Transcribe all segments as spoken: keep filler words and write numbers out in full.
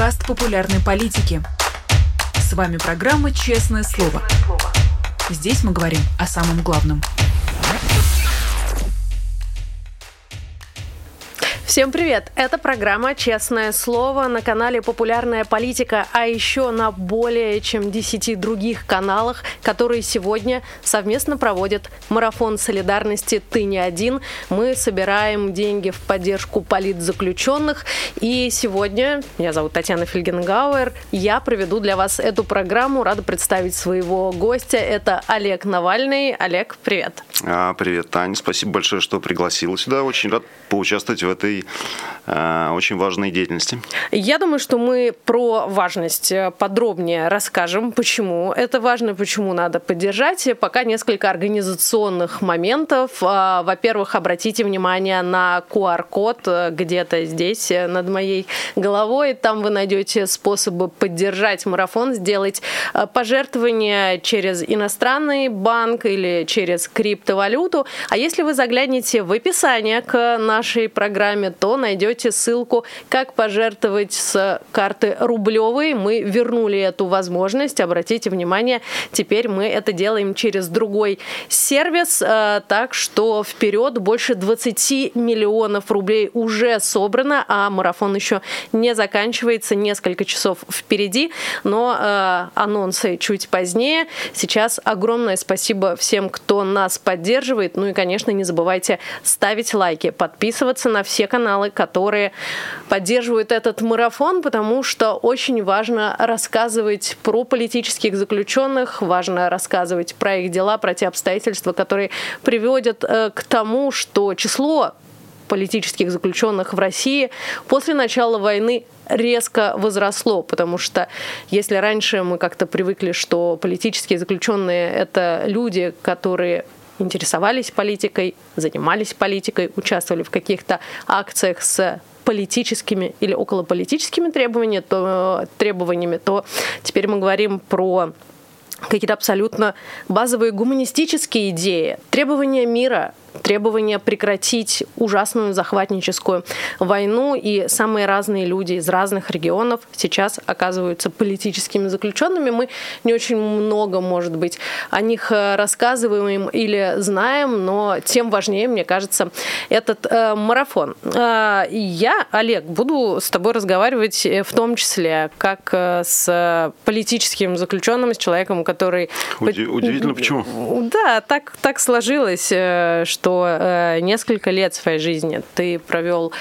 подкаст популярной политики. С вами программа «Честное слово». Здесь мы говорим о самом главном. Всем привет! Это программа «Честное слово» на канале «Популярная политика», а еще на более чем десяти других каналах, которые сегодня совместно проводят марафон солидарности «Ты не один». Мы собираем деньги в поддержку политзаключенных. И сегодня, меня зовут Татьяна Фельгенгауэр, я проведу для вас эту программу. Рада представить своего гостя. Это Олег Навальный. Олег, привет! А, привет, Таня. Спасибо большое, что пригласила сюда. Очень рад поучаствовать в этой э, очень важной деятельности. Я думаю, что мы про важность подробнее расскажем, почему это важно, почему надо поддержать. Пока несколько организационных моментов. Во-первых, обратите внимание на ку ар-код где-то здесь, над моей головой. Там вы найдете способы поддержать марафон, сделать пожертвование через иностранный банк или через криптовалюту. А если вы заглянете в описание к нашей программе, то найдете ссылку, как пожертвовать с карты рублевой. Мы вернули эту возможность. Обратите внимание, теперь мы это делаем через другой сервис. Так что вперед, больше двадцать миллионов рублей уже собрано, а марафон еще не заканчивается. Несколько часов впереди, но э, анонсы чуть позднее. Сейчас огромное спасибо всем, кто нас поддерживает. Ну и, конечно, не забывайте ставить лайки, подписываться на все каналы, которые поддерживают этот марафон, потому что очень важно рассказывать про политических заключенных, важно рассказывать про их дела, про те обстоятельства, которые приводят э, к тому, что число политических заключенных в России после начала войны резко возросло, потому что если раньше мы как-то привыкли, что политические заключенные — это люди, которые интересовались политикой, занимались политикой, участвовали в каких-то акциях с политическими или околополитическими требованиями, то, требованиями, то теперь мы говорим про какие-то абсолютно базовые гуманистические идеи, требования мира, требования прекратить ужасную захватническую войну, и самые разные люди из разных регионов сейчас оказываются политическими заключенными. Мы не очень много, может быть, о них рассказываем или знаем, но тем важнее, мне кажется, этот э, марафон. Э, я, Олег, буду с тобой разговаривать в том числе как с политическим заключенным, с человеком, который... Уди- удивительно, почему? Да, так, так сложилось, что что несколько лет своей жизни ты провел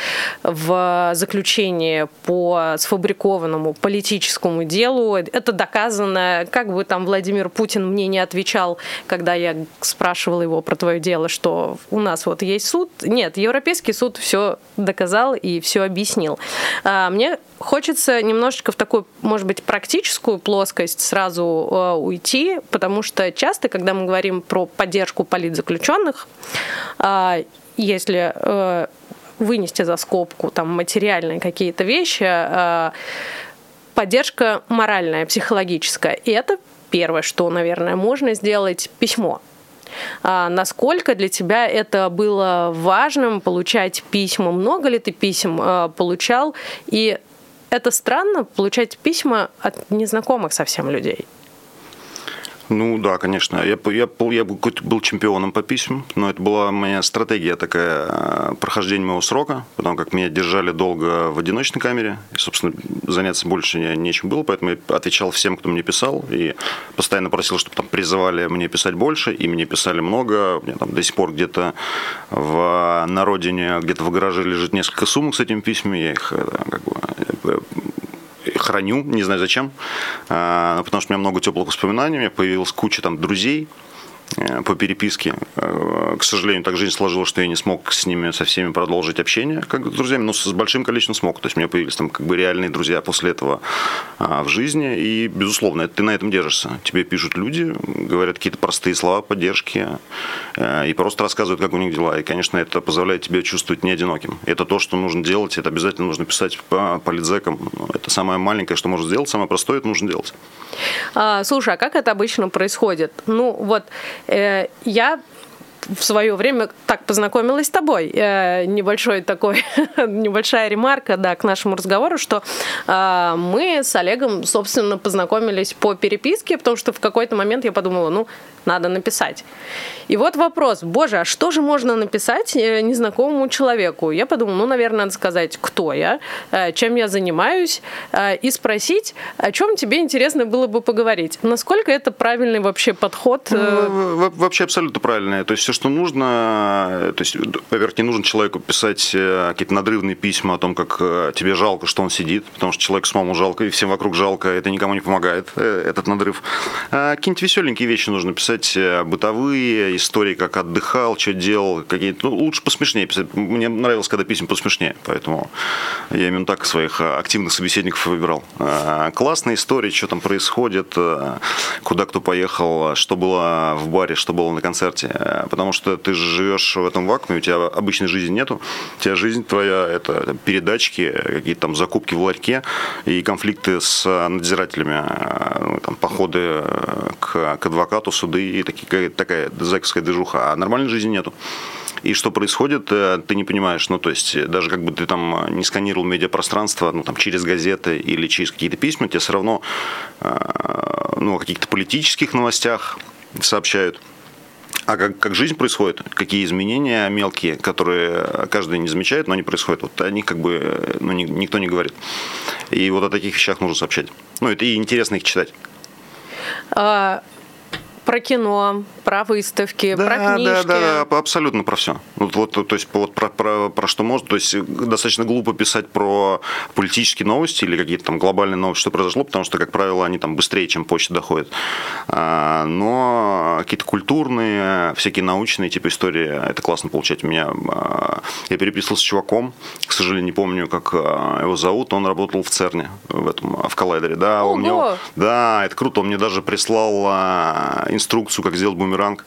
в заключении по сфабрикованному политическому делу. Это доказано. Как бы там Владимир Путин мне не отвечал, когда я спрашивала его про твое дело, что у нас вот есть суд. Нет, Европейский суд все доказал и все объяснил. Мне хочется немножечко в такую, может быть, практическую плоскость сразу уйти, потому что часто, когда мы говорим про поддержку политзаключенных, если вынести за скобку там материальные какие-то вещи, поддержка моральная, психологическая. И это первое, что, наверное, можно сделать, письмо. Насколько для тебя это было важным, получать письма? Много ли ты писем получал? И это странно, получать письма от незнакомых совсем людей. Ну да, конечно. Я, я, я был чемпионом по письмам, но это была моя стратегия такая прохождения моего срока, потому как меня держали долго в одиночной камере, и, собственно, заняться больше нечем было, поэтому я отвечал всем, кто мне писал, и постоянно просил, чтобы там призывали мне писать больше, и мне писали много. У меня там до сих пор где-то в, на родине, где-то в гараже лежит несколько сумок с этими письмами, я их как бы храню, не знаю зачем, потому что у меня много теплых воспоминаний, у меня появилась куча там друзей по переписке. К сожалению, так жизнь сложилась, что я не смог с ними, со всеми продолжить общение, как с друзьями, но с большим количеством смог. То есть у меня появились там как бы реальные друзья после этого в жизни, и, безусловно, ты на этом держишься. Тебе пишут люди, говорят какие-то простые слова поддержки и просто рассказывают, как у них дела. И, конечно, это позволяет тебе чувствовать не одиноким. Это то, что нужно делать, это обязательно нужно писать по политзекам. Это самое маленькое, что можно сделать, самое простое, это нужно делать. А, слушай, а как это обычно происходит? Ну, вот э, я в свое время так познакомилась с тобой. Небольшой такой, небольшая ремарка, да, к нашему разговору, что мы с Олегом, собственно, познакомились по переписке, потому что в какой-то момент я подумала, ну, надо написать. И вот вопрос, боже, а что же можно написать незнакомому человеку? Я подумала, ну, наверное, надо сказать, кто я, чем я занимаюсь, и спросить, о чем тебе интересно было бы поговорить. Насколько это правильный вообще подход? Ну, вообще абсолютно правильный. То есть все, что нужно, то есть, во-первых, не нужно человеку писать какие-то надрывные письма о том, как тебе жалко, что он сидит, потому что человеку самому жалко, и всем вокруг жалко, это никому не помогает, этот надрыв. А какие-нибудь веселенькие вещи нужно писать, бытовые истории, как отдыхал, что делал, какие-то, ну, лучше посмешнее писать. Мне нравилось, когда письма посмешнее, поэтому я именно так своих активных собеседников выбирал. Классные истории, что там происходит, куда кто поехал, что было в баре, что было на концерте, потому что ты же живешь в этом вакууме, у тебя обычной жизни нету, у тебя жизнь твоя, это передачки, какие-то там закупки в ларьке и конфликты с надзирателями, там, походы к, к адвокату, суды и такие, такая зэковская движуха, а нормальной жизни нету. И что происходит, ты не понимаешь. Ну, то есть, даже как бы ты там не сканировал медиапространство, ну, там, через газеты или через какие-то письма, тебе все равно, ну, о каких-то политических новостях сообщают. А как, как жизнь происходит, какие изменения мелкие, которые каждый не замечает, но они происходят, вот они как бы, ну, ни, никто не говорит. И вот о таких вещах нужно сообщать. Ну, это и интересно их читать. А... Про кино, про выставки, да, про книжки. Да, да, абсолютно про все. Вот, вот, то есть вот про, про, про что можно. То есть достаточно глупо писать про политические новости или какие-то там глобальные новости, что произошло, потому что, как правило, они там быстрее, чем почта доходят. Но какие-то культурные, всякие научные типа истории, это классно получать. У меня, я переписывался с чуваком, к сожалению, не помню, как его зовут, он работал в ЦЕРНе, в этом, в коллайдере. Да, он мне, да, это круто, он мне даже прислал инструкцию, как сделать бумеранг.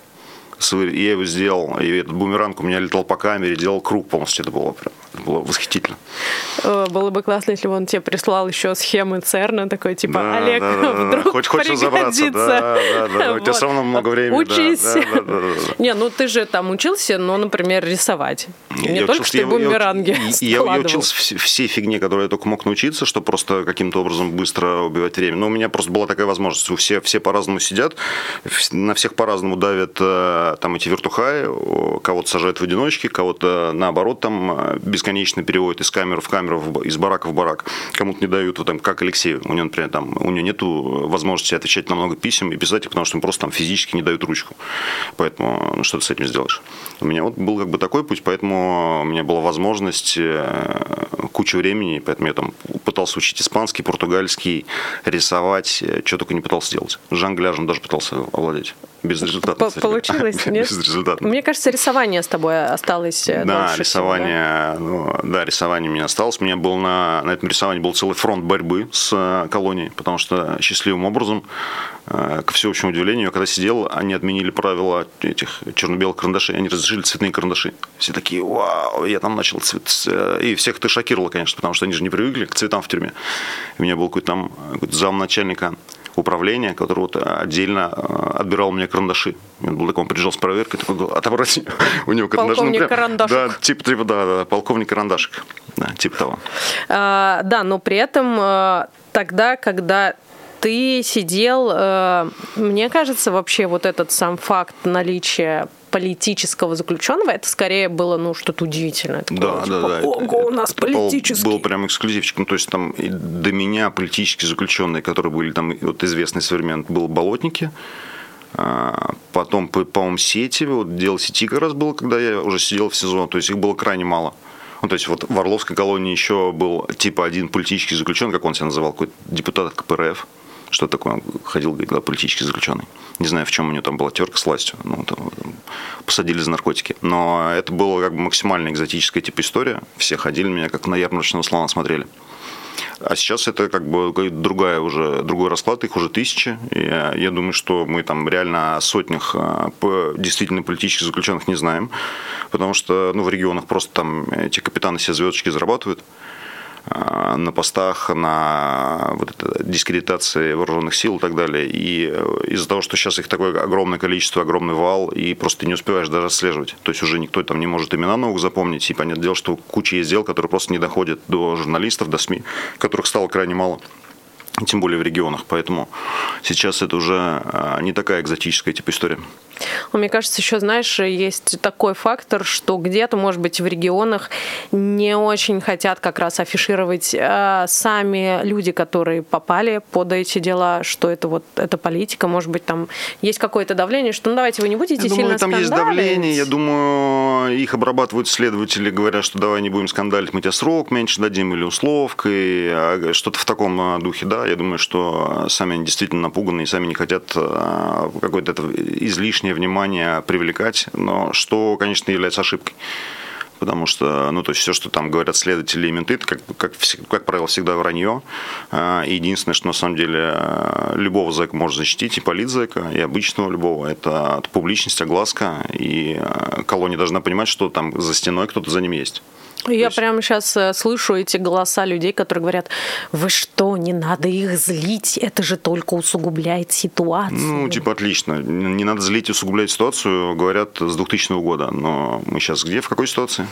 Я его сделал, и этот бумеранг у меня летал по камере, делал круг полностью. Это было прям, это было восхитительно. Было бы классно, если бы он тебе прислал еще схемы ЦЕРНа, такой типа, да, Олег, да, да, вдруг Хоть хочешь разобраться, да, да, да. Вот. У тебя все равно много времени. Учись. Да, да, да, да, да. Не, ну ты же там учился, но, например, рисовать. Не я только учился, что ты бумеранги я, я, я учился всей фигне, которой я только мог научиться, чтобы просто каким-то образом быстро убивать время. Но у меня просто была такая возможность. У все, все по-разному сидят, на всех по-разному давят там эти вертухаи, кого-то сажают в одиночке, кого-то наоборот там бесконечно переводят из камеры в камеру, из барака в барак. Кому-то не дают, вот, там, как Алексею. У него, например, там, у него нету возможности отвечать на много писем и писать их, потому что им просто там физически не дают ручку. Поэтому ну, что ты с этим сделаешь? У меня вот был как бы такой путь, поэтому у меня была возможность, куча времени, поэтому я там пытался учить испанский, португальский, рисовать, что только не пытался делать. Жонгляжем даже пытался овладеть. Без результата. Получилось, нет? Без результата. Мне кажется, рисование с тобой осталось да, дольше рисование, всего, да? Ну, да, рисование у меня осталось. У меня был на, на этом рисовании был целый фронт борьбы с колонией, потому что счастливым образом, ко всеобщему удивлению, я когда сидел, они отменили правила этих черно-белых карандашей, они разрешили цветные карандаши. Все такие, вау, я там начал цвет. И всех это шокировало, конечно, потому что они же не привыкли к цветам в тюрьме. У меня был какой-то там какой-то замначальника управления, который вот отдельно отбирал мне карандаши. Он был такой, он приезжал с проверкой, такой, отобрать у него карандаш. Полковник ну, карандашик. Да, типа, типа, да, да, полковник карандашик. Да, типа того. А, да, но при этом тогда, когда ты сидел, мне кажется, вообще вот этот сам факт наличия политического заключенного, это скорее было, ну, что-то удивительное. Это да, было, да, типа, да. Ого, у нас политический. Был, был прям эксклюзивчик. Ну, то есть там и до меня политические заключенные, которые были там, вот известный современный, был Болотники. Потом, по-моему, сети, вот дело сети как раз было, когда я уже сидел в СИЗО. То есть их было крайне мало. Ну, то есть вот в Орловской колонии еще был типа один политический заключенный, как он себя называл, какой-то депутат КПРФ. Что такое? Он ходил, говорит, да, политический заключенный. Не знаю, в чем у него там была терка с властью. Ну, там, посадили за наркотики. Но это была как бы максимально экзотическая типа история. Все ходили, меня как на ярмарочного слона смотрели. А сейчас это как бы другая уже, другой расклад, их уже тысячи. И я думаю, что мы там реально о сотнях действительно политических заключенных не знаем. Потому что ну, в регионах просто там эти капитаны все звездочки зарабатывают. на постах, на вот это, дискредитации вооруженных сил и так далее. И из-за того, что сейчас их такое огромное количество, огромный вал, и просто ты не успеваешь даже отслеживать. То есть уже никто там не может имена новых запомнить. И понятное дело, что куча есть дел, которые просто не доходят до журналистов, до СМИ, которых стало крайне мало. Тем более в регионах. Поэтому сейчас это уже не такая экзотическая типа история. Мне кажется, еще, знаешь, есть такой фактор, что где-то, может быть, в регионах не очень хотят как раз афишировать э, сами люди, которые попали под эти дела, что это вот эта политика, может быть, там есть какое-то давление, что ну давайте вы не будете я сильно думаю, там скандалить. Есть давление, я думаю, их обрабатывают следователи, говорят, что давай не будем скандалить, мы тебе срок меньше дадим или условкой, что-то в таком духе, да, я думаю, что сами они действительно напуганы и сами не хотят какое-то это излишнее внимание привлекать, но что, конечно, является ошибкой. Потому что, ну, то есть все, что там говорят следователи и менты, это, как, как, как правило, всегда вранье. И единственное, что на самом деле любого зэка можно защитить, и политзэка, и обычного любого, это публичность, огласка, и колония должна понимать, что там за стеной кто-то за ним есть. Я есть... прямо сейчас слышу эти голоса людей, которые говорят, вы что, не надо их злить, это же только усугубляет ситуацию. Ну, типа, отлично. Не надо злить и усугублять ситуацию, говорят, с двухтысячного года. Но мы сейчас где, в какой ситуации?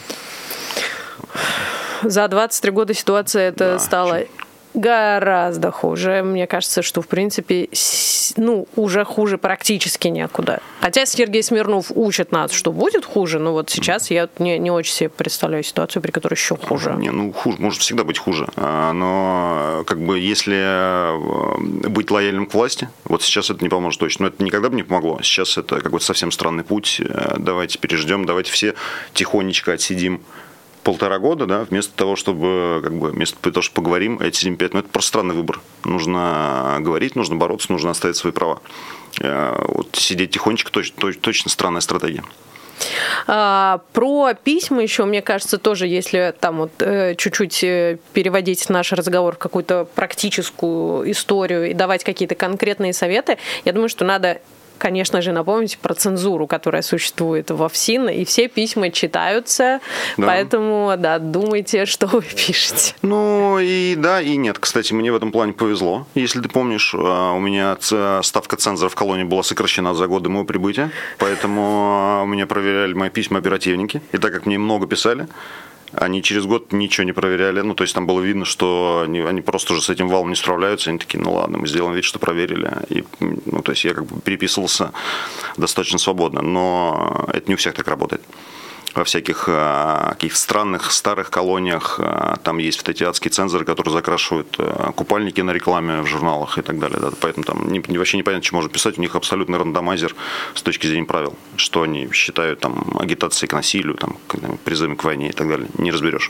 За двадцать три года ситуация это да, стала... Чё? Гораздо хуже. Мне кажется, что, в принципе, ну, уже хуже практически некуда. Хотя Сергей Смирнов учит нас, что будет хуже, но вот сейчас я не, не очень себе представляю ситуацию, при которой еще хуже. Не, ну, хуже, может всегда быть хуже. Но, как бы, если быть лояльным к власти, вот сейчас это не поможет точно. Но это никогда бы не помогло. Сейчас это какой-то совсем странный путь. Давайте переждем, давайте все тихонечко отсидим полтора года, да, вместо того, чтобы, как бы, вместо того, что поговорим, а отсидим пять, ну, это просто странный выбор. Нужно говорить, нужно бороться, нужно отстоять свои права. Вот сидеть тихонечко точно, точно странная стратегия. А, про письма еще, мне кажется, тоже, если там вот э, чуть-чуть переводить наш разговор в какую-то практическую историю и давать какие-то конкретные советы, я думаю, что надо, конечно же, напомнить про цензуру, которая существует во ФСИН, и все письма читаются, да. Поэтому, да, думайте, что вы пишете. Ну, и да, и нет. Кстати, мне в этом плане повезло. Если ты помнишь, у меня ставка цензора в колонии была сокращена за годы моего прибытия, поэтому у меня проверяли мои письма оперативники, и так как мне много писали, они через год ничего не проверяли. Ну, то есть там было видно, что они, они просто уже с этим валом не справляются. Они такие, ну ладно, мы сделаем вид, что проверили. И, ну, то есть я как бы переписывался достаточно свободно. Но это не у всех так работает. Во всяких каких-то странных старых колониях там есть вот эти адские цензоры, которые закрашивают купальники на рекламе в журналах и так далее. Да. Поэтому там не, вообще непонятно, что можно писать. У них абсолютный рандомайзер с точки зрения правил. Что они считают там агитацией к насилию, там, призывами к войне и так далее. Не разберешь.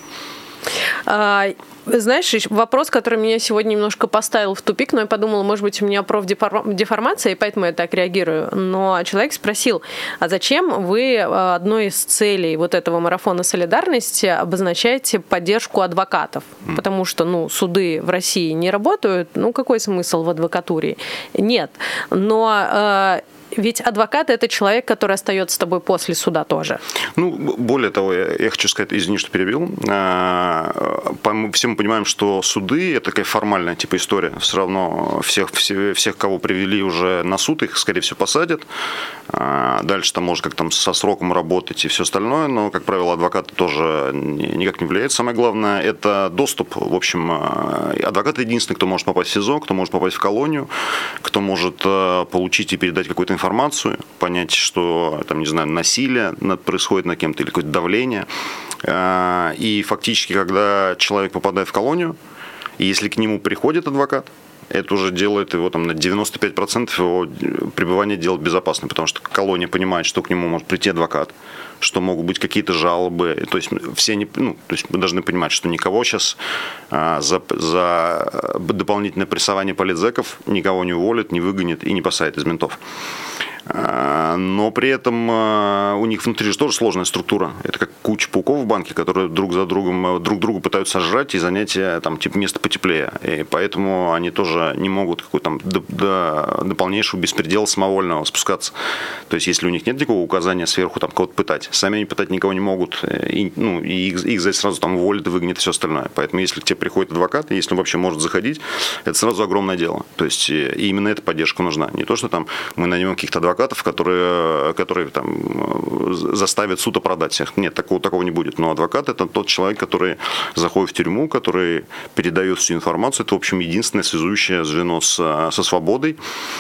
Знаешь, вопрос, который меня сегодня немножко поставил в тупик, но я подумала, может быть, у меня профдеформация, и поэтому я так реагирую. Но человек спросил, а зачем вы одной из целей вот этого марафона солидарности обозначаете поддержку адвокатов? Mm. Потому что, ну, суды в России не работают, ну, какой смысл в адвокатуре? Нет. Но... Ведь адвокат – это человек, который остается с тобой после суда тоже. Ну, более того, я, я хочу сказать, извини, что перебил. Мы все мы понимаем, что суды – это такая формальная типа история. Все равно всех, всех, всех, кого привели уже на суд, их, скорее всего, посадят. Дальше там может как там со сроком работать и все остальное. Но, как правило, адвокат тоже никак не влияет. Самое главное – это доступ. В общем, адвокат – единственный, кто может попасть в СИЗО, кто может попасть в колонию, кто может получить и передать какую-то информацию. информацию, понять, что там, не знаю, насилие происходит над кем-то или какое-то давление. И фактически, когда человек попадает в колонию, и если к нему приходит адвокат, это уже делает его там, на девяносто пять процентов его пребывания делать безопасным, потому что колония понимает, что к нему может прийти адвокат, что могут быть какие-то жалобы. То есть все не, ну, то есть мы должны понимать, что никого сейчас а, за, за дополнительное прессование политзеков никого не уволят, не выгонят и не посадят из ментов. Но при этом у них внутри же тоже сложная структура. Это как куча пауков в банке, которые друг за другом, друг друга пытаются сожрать и занять там, типа, место потеплее. И поэтому они тоже не могут какой-то там до, до, до полнейшего беспредела самовольного спускаться. То есть, если у них нет никакого указания сверху там, кого-то пытать, сами они пытать никого не могут. И, ну, и их, их здесь сразу там уволят и выгонят и все остальное. Поэтому, если к тебе приходит адвокат, если он вообще может заходить, это сразу огромное дело. То есть, и именно эта поддержка нужна. Не то, что там мы наймем каких-то адвокатов, которые, которые там, заставят суд оправдать всех. Нет, такого, такого не будет. Но адвокат – это тот человек, который заходит в тюрьму, который передает всю информацию. Это, в общем, единственное связующее звено с, со свободой.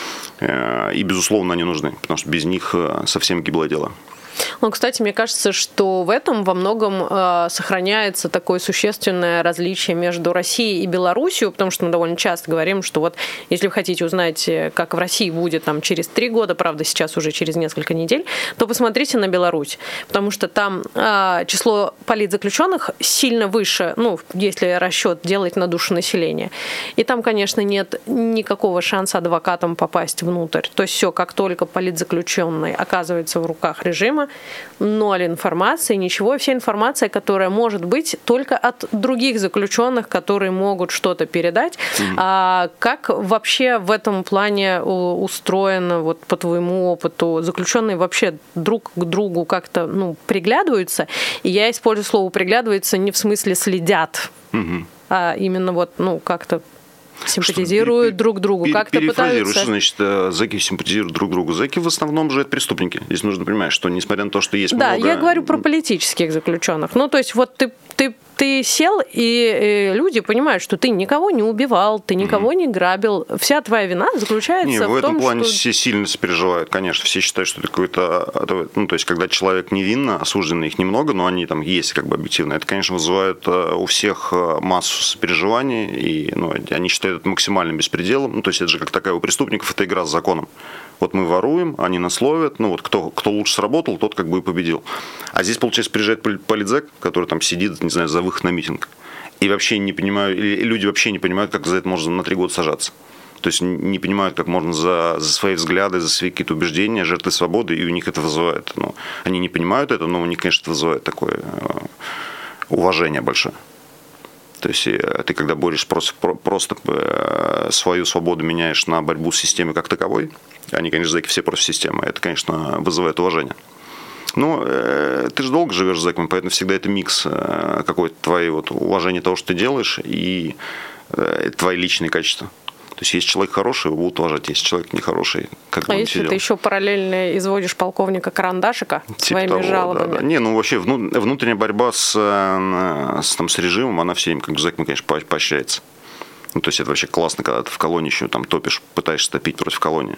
И, безусловно, они нужны, потому что без них совсем гиблое дело. Ну, кстати, мне кажется, что в этом во многом э, сохраняется такое существенное различие между Россией и Белоруссией, потому что мы довольно часто говорим, что вот если вы хотите узнать, как в России будет там, через три года, правда, сейчас уже через несколько недель, то посмотрите на Беларусь, потому что там э, число политзаключенных сильно выше, ну, если расчет делать на душу населения. И там, конечно, нет никакого шанса адвокатам попасть внутрь. То есть все, как только политзаключенный оказывается в руках режима, ноль информации, ничего. Вся информация, которая может быть только от других заключенных, которые могут что-то передать. Mm-hmm. А как вообще в этом плане устроено, вот по твоему опыту, заключенные вообще друг к другу как-то ну, приглядываются? И я использую слово «приглядываются» не в смысле «следят», mm-hmm. а именно вот ну как-то симпатизируют что, друг другу, пере, как-то пытаются... Что значит зэки симпатизируют друг другу? Зэки в основном же это преступники. Здесь нужно понимать, что несмотря на то, что есть да, много... Да, я говорю про политических заключенных. Ну, то есть вот ты, ты, ты сел, и, и люди понимают, что ты никого не убивал, ты никого mm-hmm. не грабил. Вся твоя вина заключается не, в, в том, этом плане что... все сильно сопереживают, конечно. Все считают, что это какой-то... Ну, то есть, когда человек невинно, осужденный их немного, но они там есть как бы объективно, это, конечно, вызывает у всех массу сопереживаний, и ну, они считают это максимальным беспределом. Ну, то есть, это же как такая у преступников, это игра с законом. Вот мы воруем, они нас ловят, ну вот кто, кто лучше сработал, тот как бы и победил. А здесь, получается, приезжает политзэк, который там сидит, не знаю, за выход на митинг, и вообще не понимают, или люди вообще не понимают, как за это можно на три года сажаться. То есть не понимают, как можно за, за свои взгляды, за свои какие-то убеждения, жертвы свободы, и у них это вызывает. Ну, они не понимают это, но у них, конечно, это вызывает такое уважение большое. То есть ты, когда борешься просто, просто свою свободу меняешь на борьбу с системой как таковой, они, конечно, зэки все против системы, это, конечно, вызывает уважение. Но э, ты же долго живешь с зэками, поэтому всегда это микс э, какой-то твоей вот уважения того, что ты делаешь, и э, твои личные качества. То есть, если человек хороший, его будут уважать, если человек нехороший, как бы а он если сидел. ты еще параллельно изводишь полковника Карандашика типа своими того, жалобами? Да, да. Не, ну вообще внутренняя борьба с, с, там, с режимом, она всеми как зэками, конечно, поощряется. Ну, то есть это вообще классно, когда ты в колонии еще там топишь, пытаешься топить против колонии.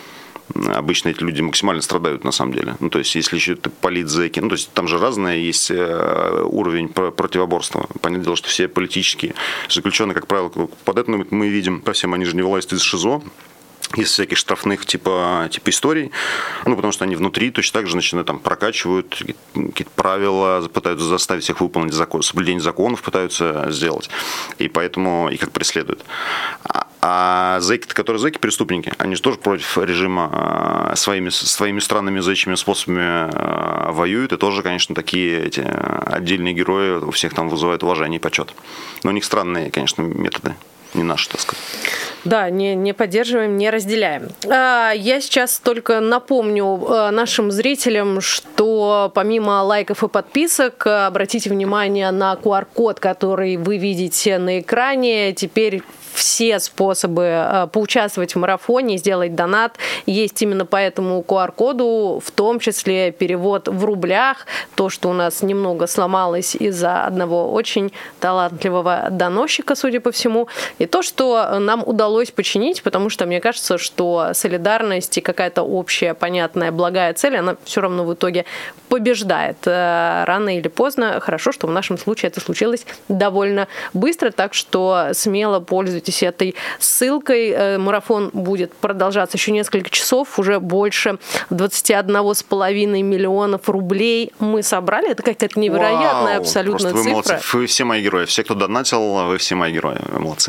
Обычно эти люди максимально страдают, на самом деле. Ну, то есть, если еще это политзэки, ну, то есть, там же разное есть уровень противоборства. Понятное дело, что все политические заключенные, как правило, под это мы видим, по всем они же не вылазят из ШИЗО, из всяких штрафных типа, типа историй, ну, потому что они внутри точно так же начинают там прокачивают какие-то правила, пытаются заставить всех выполнить закон, соблюдение законов пытаются сделать, и поэтому их как преследуют. А зэки, которые зэки, преступники, они же тоже против режима своими, своими странными зэчьими способами воюют, и тоже, конечно, такие эти отдельные герои у всех там вызывают уважение и почет. Но у них странные, конечно, методы. Не наши, так сказать. Да, не, не поддерживаем, не разделяем. Я сейчас только напомню нашим зрителям, что помимо лайков и подписок, обратите внимание на ку ар-код, который вы видите на экране. Теперь все способы поучаствовать в марафоне, сделать донат есть именно по этому ку ар-коду, в том числе перевод в рублях, то, что у нас немного сломалось из-за одного очень талантливого доносчика, судя по всему, и то, что нам удалось починить, потому что мне кажется, что солидарность и какая-то общая, понятная, благая цель, она все равно в итоге побеждает. Рано или поздно. Хорошо, что в нашем случае это случилось довольно быстро, так что смело пользуйтесь этой ссылкой. Марафон будет продолжаться еще несколько часов. Уже больше двадцать один с половиной миллионов рублей мы собрали. Это какая-то невероятная Вау, абсолютно вы цифра. Молодцы. Вы все мои герои. Все, кто донатил, вы все мои герои. Вы молодцы.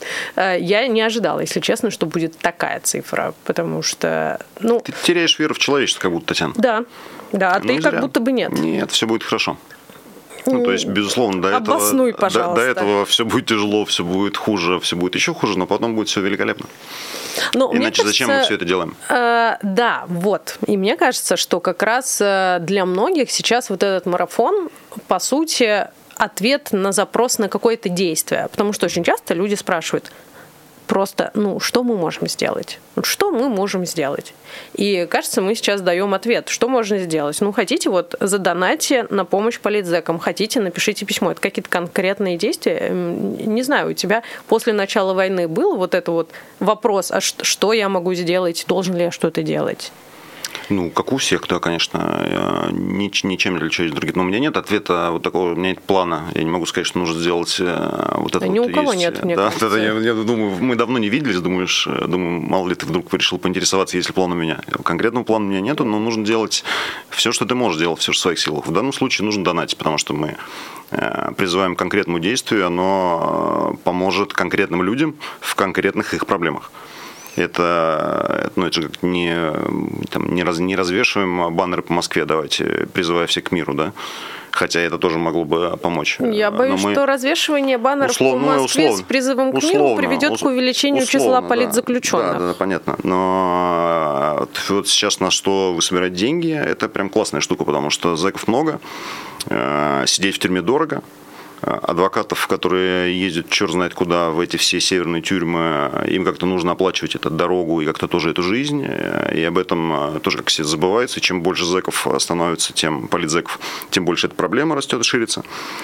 Я не ожидала, если честно, что будет такая цифра, потому что... Ну, ты теряешь веру в человечество, как будто, Татьяна. Да, да, а ну, ты как зря. Будто бы нет. Нет, все будет хорошо. Ну, то есть, безусловно, до Обоснуй, этого, до, до этого все будет тяжело, все будет хуже, все будет еще хуже, но потом будет все великолепно. Но, Иначе кажется, зачем мы все это делаем? Э, да, вот. И мне кажется, что как раз для многих сейчас вот этот марафон, по сути, ответ на запрос на какое-то действие. Потому что очень часто люди спрашивают, просто, ну, что мы можем сделать? Что мы можем сделать? И, кажется, мы сейчас даем ответ, что можно сделать. Ну, хотите, вот, задонатьте на помощь политзекам, хотите, напишите письмо. Это какие-то конкретные действия. Не знаю, у тебя после начала войны был вот это вот вопрос, а что я могу сделать, должен ли я что-то делать? Ну, как у всех, да, конечно, ничем не отличаюсь от других. Но у меня нет ответа вот такого, у меня нет плана. Я не могу сказать, что нужно сделать вот это. Да вот ни у кого есть. Нет, мне да, кажется. Это, я, я думаю, мы давно не виделись, думаешь, думаю, мало ли ты вдруг решил поинтересоваться, есть ли план у меня. Конкретного плана у меня нету, но нужно делать все, что ты можешь делать, все, что в своих силах. В данном случае нужно донатить, потому что мы призываем к конкретному действию, оно поможет конкретным людям в конкретных их проблемах. Это, ну, это же не, там, не, раз, не развешиваем баннеры по Москве, давайте, призывая всех к миру, да? Хотя это тоже могло бы помочь. Я боюсь, мы... что развешивание баннеров условно, по Москве условно, с призывом к условно, миру приведет условно, к увеличению условно, числа политзаключенных. Да, да, да, понятно. Но вот сейчас на что вы собираете деньги, это прям классная штука, потому что зэков много, сидеть в тюрьме дорого. Адвокатов, которые ездят черт знает куда в эти все северные тюрьмы, им как-то нужно оплачивать эту дорогу и как-то тоже эту жизнь. И об этом тоже как все забывается. И чем больше зэков становится, тем политзэков, тем больше эта проблема растет и ширится.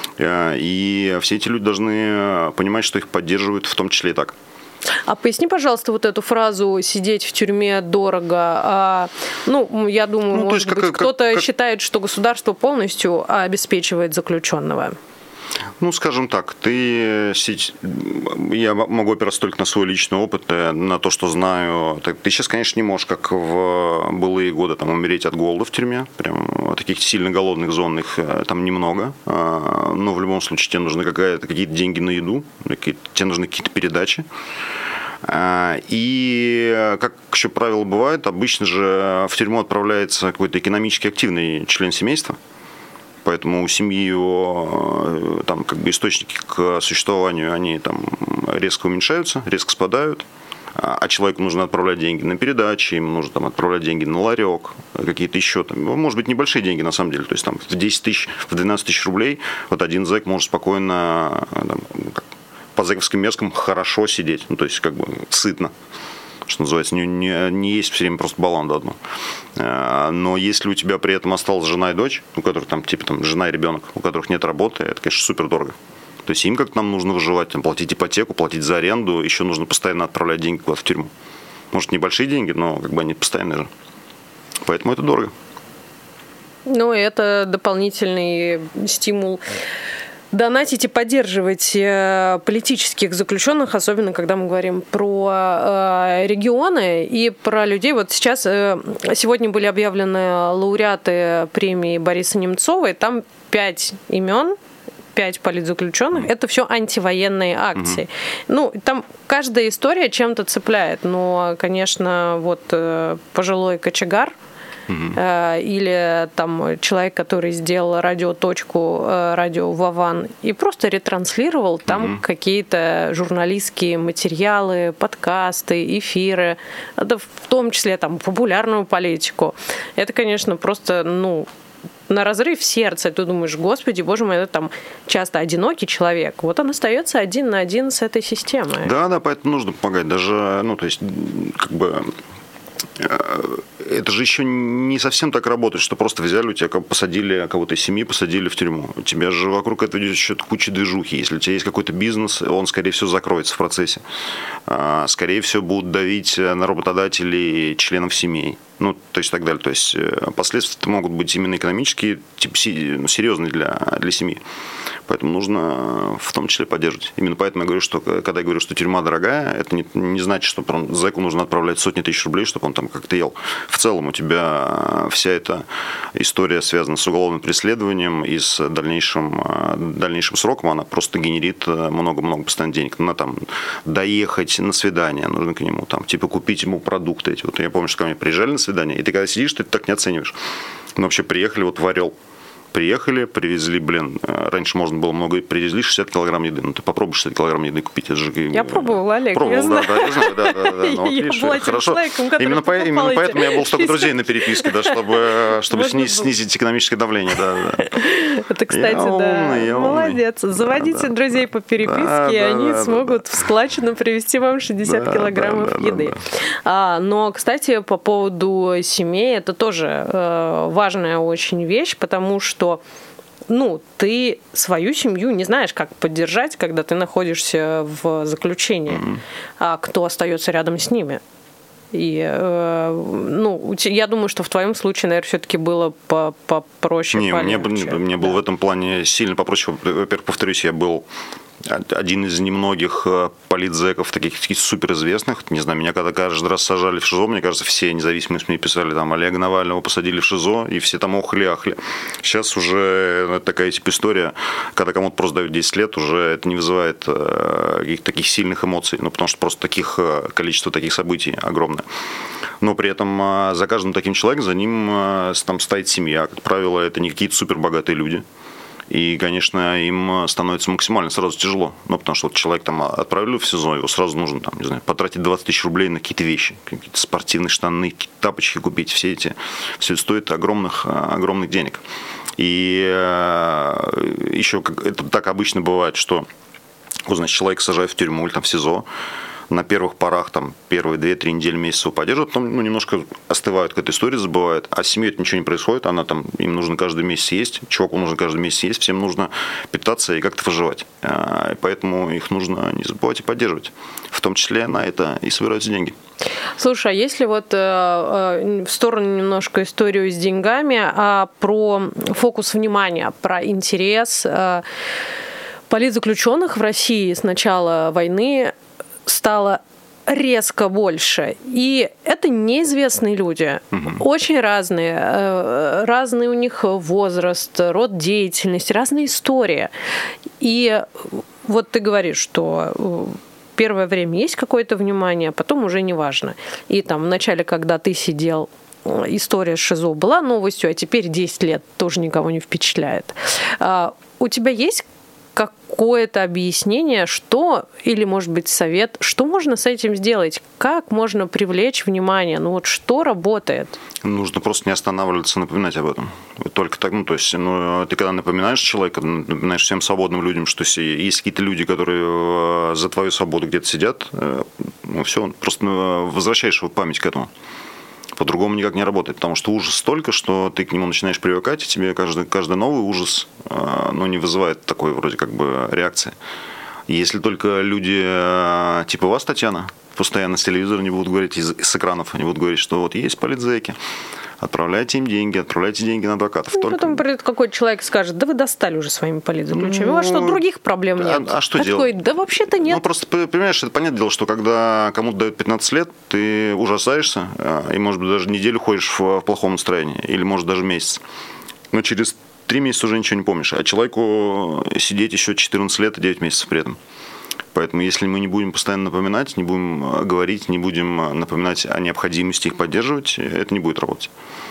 И все эти люди должны понимать, что их поддерживают в том числе и так. А поясни, пожалуйста, вот эту фразу «сидеть в тюрьме дорого». А, ну, я думаю, ну, может быть, как, кто-то как... считает, что государство полностью обеспечивает заключенного. Ну, скажем так, ты, я могу опираться только на свой личный опыт, на то, что знаю. Ты сейчас, конечно, не можешь, как в былые годы, там, умереть от голода в тюрьме. Прям таких сильно голодных зон их там немного. Но в любом случае тебе нужны какие-то деньги на еду, тебе нужны какие-то передачи. И, как еще правило бывает, обычно же в тюрьму отправляется какой-то экономически активный член семейства. Поэтому у семьи его, там, как бы источники к существованию, они там резко уменьшаются, резко спадают. А человеку нужно отправлять деньги на передачи, ему нужно там, отправлять деньги на ларек, какие-то еще, там, может быть, небольшие деньги на самом деле. То есть там, в десять тысяч, в двенадцать тысяч рублей вот один зэк может спокойно, там, по зэковским меркам, хорошо сидеть. Ну, то есть как бы сытно. Что называется, не, не, не есть все время просто баланду одну. Но если у тебя при этом осталась жена и дочь, у которых там, типа, там, жена и ребенок, у которых нет работы, это, конечно, супер дорого. То есть им как-то нам нужно выживать, там, платить ипотеку, платить за аренду, еще нужно постоянно отправлять деньги куда-то в тюрьму. Может, небольшие деньги, но как бы они постоянные же. Поэтому это дорого. Ну, это дополнительный стимул донатить и поддерживать политических заключенных, особенно когда мы говорим про регионы и про людей. Вот сейчас, сегодня были объявлены лауреаты премии Бориса Немцова, и там пять имен, пять политзаключенных. Это все антивоенные акции. Mm-hmm. Ну, там каждая история чем-то цепляет, но, конечно, вот пожилой кочегар, Uh-huh. или там человек, который сделал радиоточку, радио Вован, и просто ретранслировал там uh-huh. какие-то журналистские материалы, подкасты, эфиры, это в том числе там популярную политику. Это, конечно, просто, ну, на разрыв сердца. Ты думаешь, господи, боже мой, это там часто одинокий человек. Вот он остается один на один с этой системой. Да, да, поэтому нужно помогать. Даже, ну, то есть, как бы это же еще не совсем так работает, что просто взяли у тебя, посадили кого-то из семьи, посадили в тюрьму. У тебя же вокруг этого идет еще куча движухи. Если у тебя есть какой-то бизнес, он, скорее всего, закроется в процессе. Скорее всего, будут давить на работодателей членов семей. Ну, то есть, так далее. То есть, последствия могут быть именно экономические, типа, серьезные для, для семьи. Поэтому нужно в том числе поддерживать. Именно поэтому я говорю, что когда я говорю, что тюрьма дорогая, это не, не значит, что зэку нужно отправлять сотни тысяч рублей, чтобы он там как-то ел в целом у тебя вся эта история связана с уголовным преследованием и с дальнейшим, дальнейшим сроком, она просто генерит много-много постоянно денег. Надо там доехать на свидание, нужно к нему, там, типа купить ему продукты эти. Вот я помню, что ко мне приезжали на свидание, и ты когда сидишь, ты так не оцениваешь. Мы вообще приехали вот в Орел. Приехали, привезли, блин, раньше можно было много, привезли шестьдесят килограмм еды. Ну, ты попробуй шестьдесят килограмм еды купить. Это же... Я пробовала, Олег, Пробовал, я да, знаю. да, я знаю, да, да, да. Ну, вот, я видишь, была тем хорошо. человеком, который Именно, по, именно поэтому у меня было столько друзей на переписке, да, чтобы, чтобы снизить, снизить экономическое давление. Да, да. Это, кстати, я да, умный, я молодец. умный. Заводите да, друзей по переписке, да, и да, они да, смогут да. в складчину привезти вам шестьдесят да, килограммов да, да, еды. да, да. А, но, кстати, по поводу семей, это тоже э, важная очень вещь, потому что ну, ты свою семью не знаешь, как поддержать, когда ты находишься в заключении, mm-hmm. а кто остается рядом с ними. И, э, ну, я думаю, что в твоем случае, наверное, все-таки было попроще. Не, мне, мне было да. в этом плане сильно попроще. Во-первых, повторюсь, я был один из немногих политзеков, таких суперизвестных. Не знаю, меня когда каждый раз сажали в ШИЗО, мне кажется, все независимые СМИ писали, там, Олега Навального посадили в ШИЗО, и все там охли-ахли. Сейчас уже такая типа история, когда кому-то просто дают десять лет, уже это не вызывает каких-то таких сильных эмоций, ну, потому что просто таких, количество таких событий огромное. Но при этом за каждым таким человеком, за ним там стоит семья. Как правило, это не какие-то супербогатые люди. И, конечно, им становится максимально сразу тяжело. Ну, потому что вот человек там отправили в СИЗО, его сразу нужно там, не знаю, потратить двадцать тысяч рублей на какие-то вещи, какие-то спортивные штаны, какие-то тапочки купить. Все эти, все это стоит огромных, огромных денег. И еще это так обычно бывает, что, вот, значит, человек сажают в тюрьму или там в СИЗО, на первых порах, там, первые две-три недели, месяца его поддерживают, потом ну, немножко остывают к этой истории, забывают. А с семьей это ничего не происходит, она там, им нужно каждый месяц есть, чуваку нужно каждый месяц есть, всем нужно питаться и как-то выживать. И поэтому их нужно не забывать и поддерживать. В том числе на это и собираются деньги. Слушай, а если вот э, в сторону немножко историю с деньгами, а про фокус внимания, про интерес э, политзаключенных в России с начала войны стало резко больше. И это неизвестные люди. Угу. Очень разные. Разный у них возраст, род деятельности, разная история. И вот ты говоришь, что первое время есть какое-то внимание, а потом уже не важно. И там вначале, когда ты сидел, история с ШИЗО была новостью, а теперь десять лет тоже никого не впечатляет. У тебя есть какое-то объяснение, что, или, может быть, совет, что можно с этим сделать? Как можно привлечь внимание? Ну вот что работает? Нужно просто не останавливаться, напоминать об этом. Только так, ну, то есть, ну, ты когда напоминаешь человека, напоминаешь всем свободным людям, что есть какие-то люди, которые за твою свободу где-то сидят, ну, все, просто возвращаешь его память к этому. По-другому никак не работает, потому что ужас столько, что ты к нему начинаешь привыкать, и тебе каждый, каждый новый ужас ну, не вызывает такой вроде как бы реакции. Если только люди типа вас, Татьяна, постоянно с телевизора не будут говорить, из, с экранов они будут говорить, что вот есть политзеки, отправляйте им деньги, отправляйте деньги на адвокатов. Ну, только... Потом придет какой-то человек и скажет, да вы достали уже своими политзаключенными, ну, у вас что, других проблем нет? А, а что а делать? Такой, да вообще-то нет. Ну, просто, понимаешь, это понятное дело, что когда кому-то дают пятнадцать лет, ты ужасаешься, и, может быть, даже неделю ходишь в, в плохом настроении, или, может, даже месяц. Но через три месяца уже ничего не помнишь, а человеку сидеть еще четырнадцать лет и девять месяцев при этом. Поэтому если мы не будем постоянно напоминать, не будем говорить, не будем напоминать о необходимости их поддерживать, это не будет работать.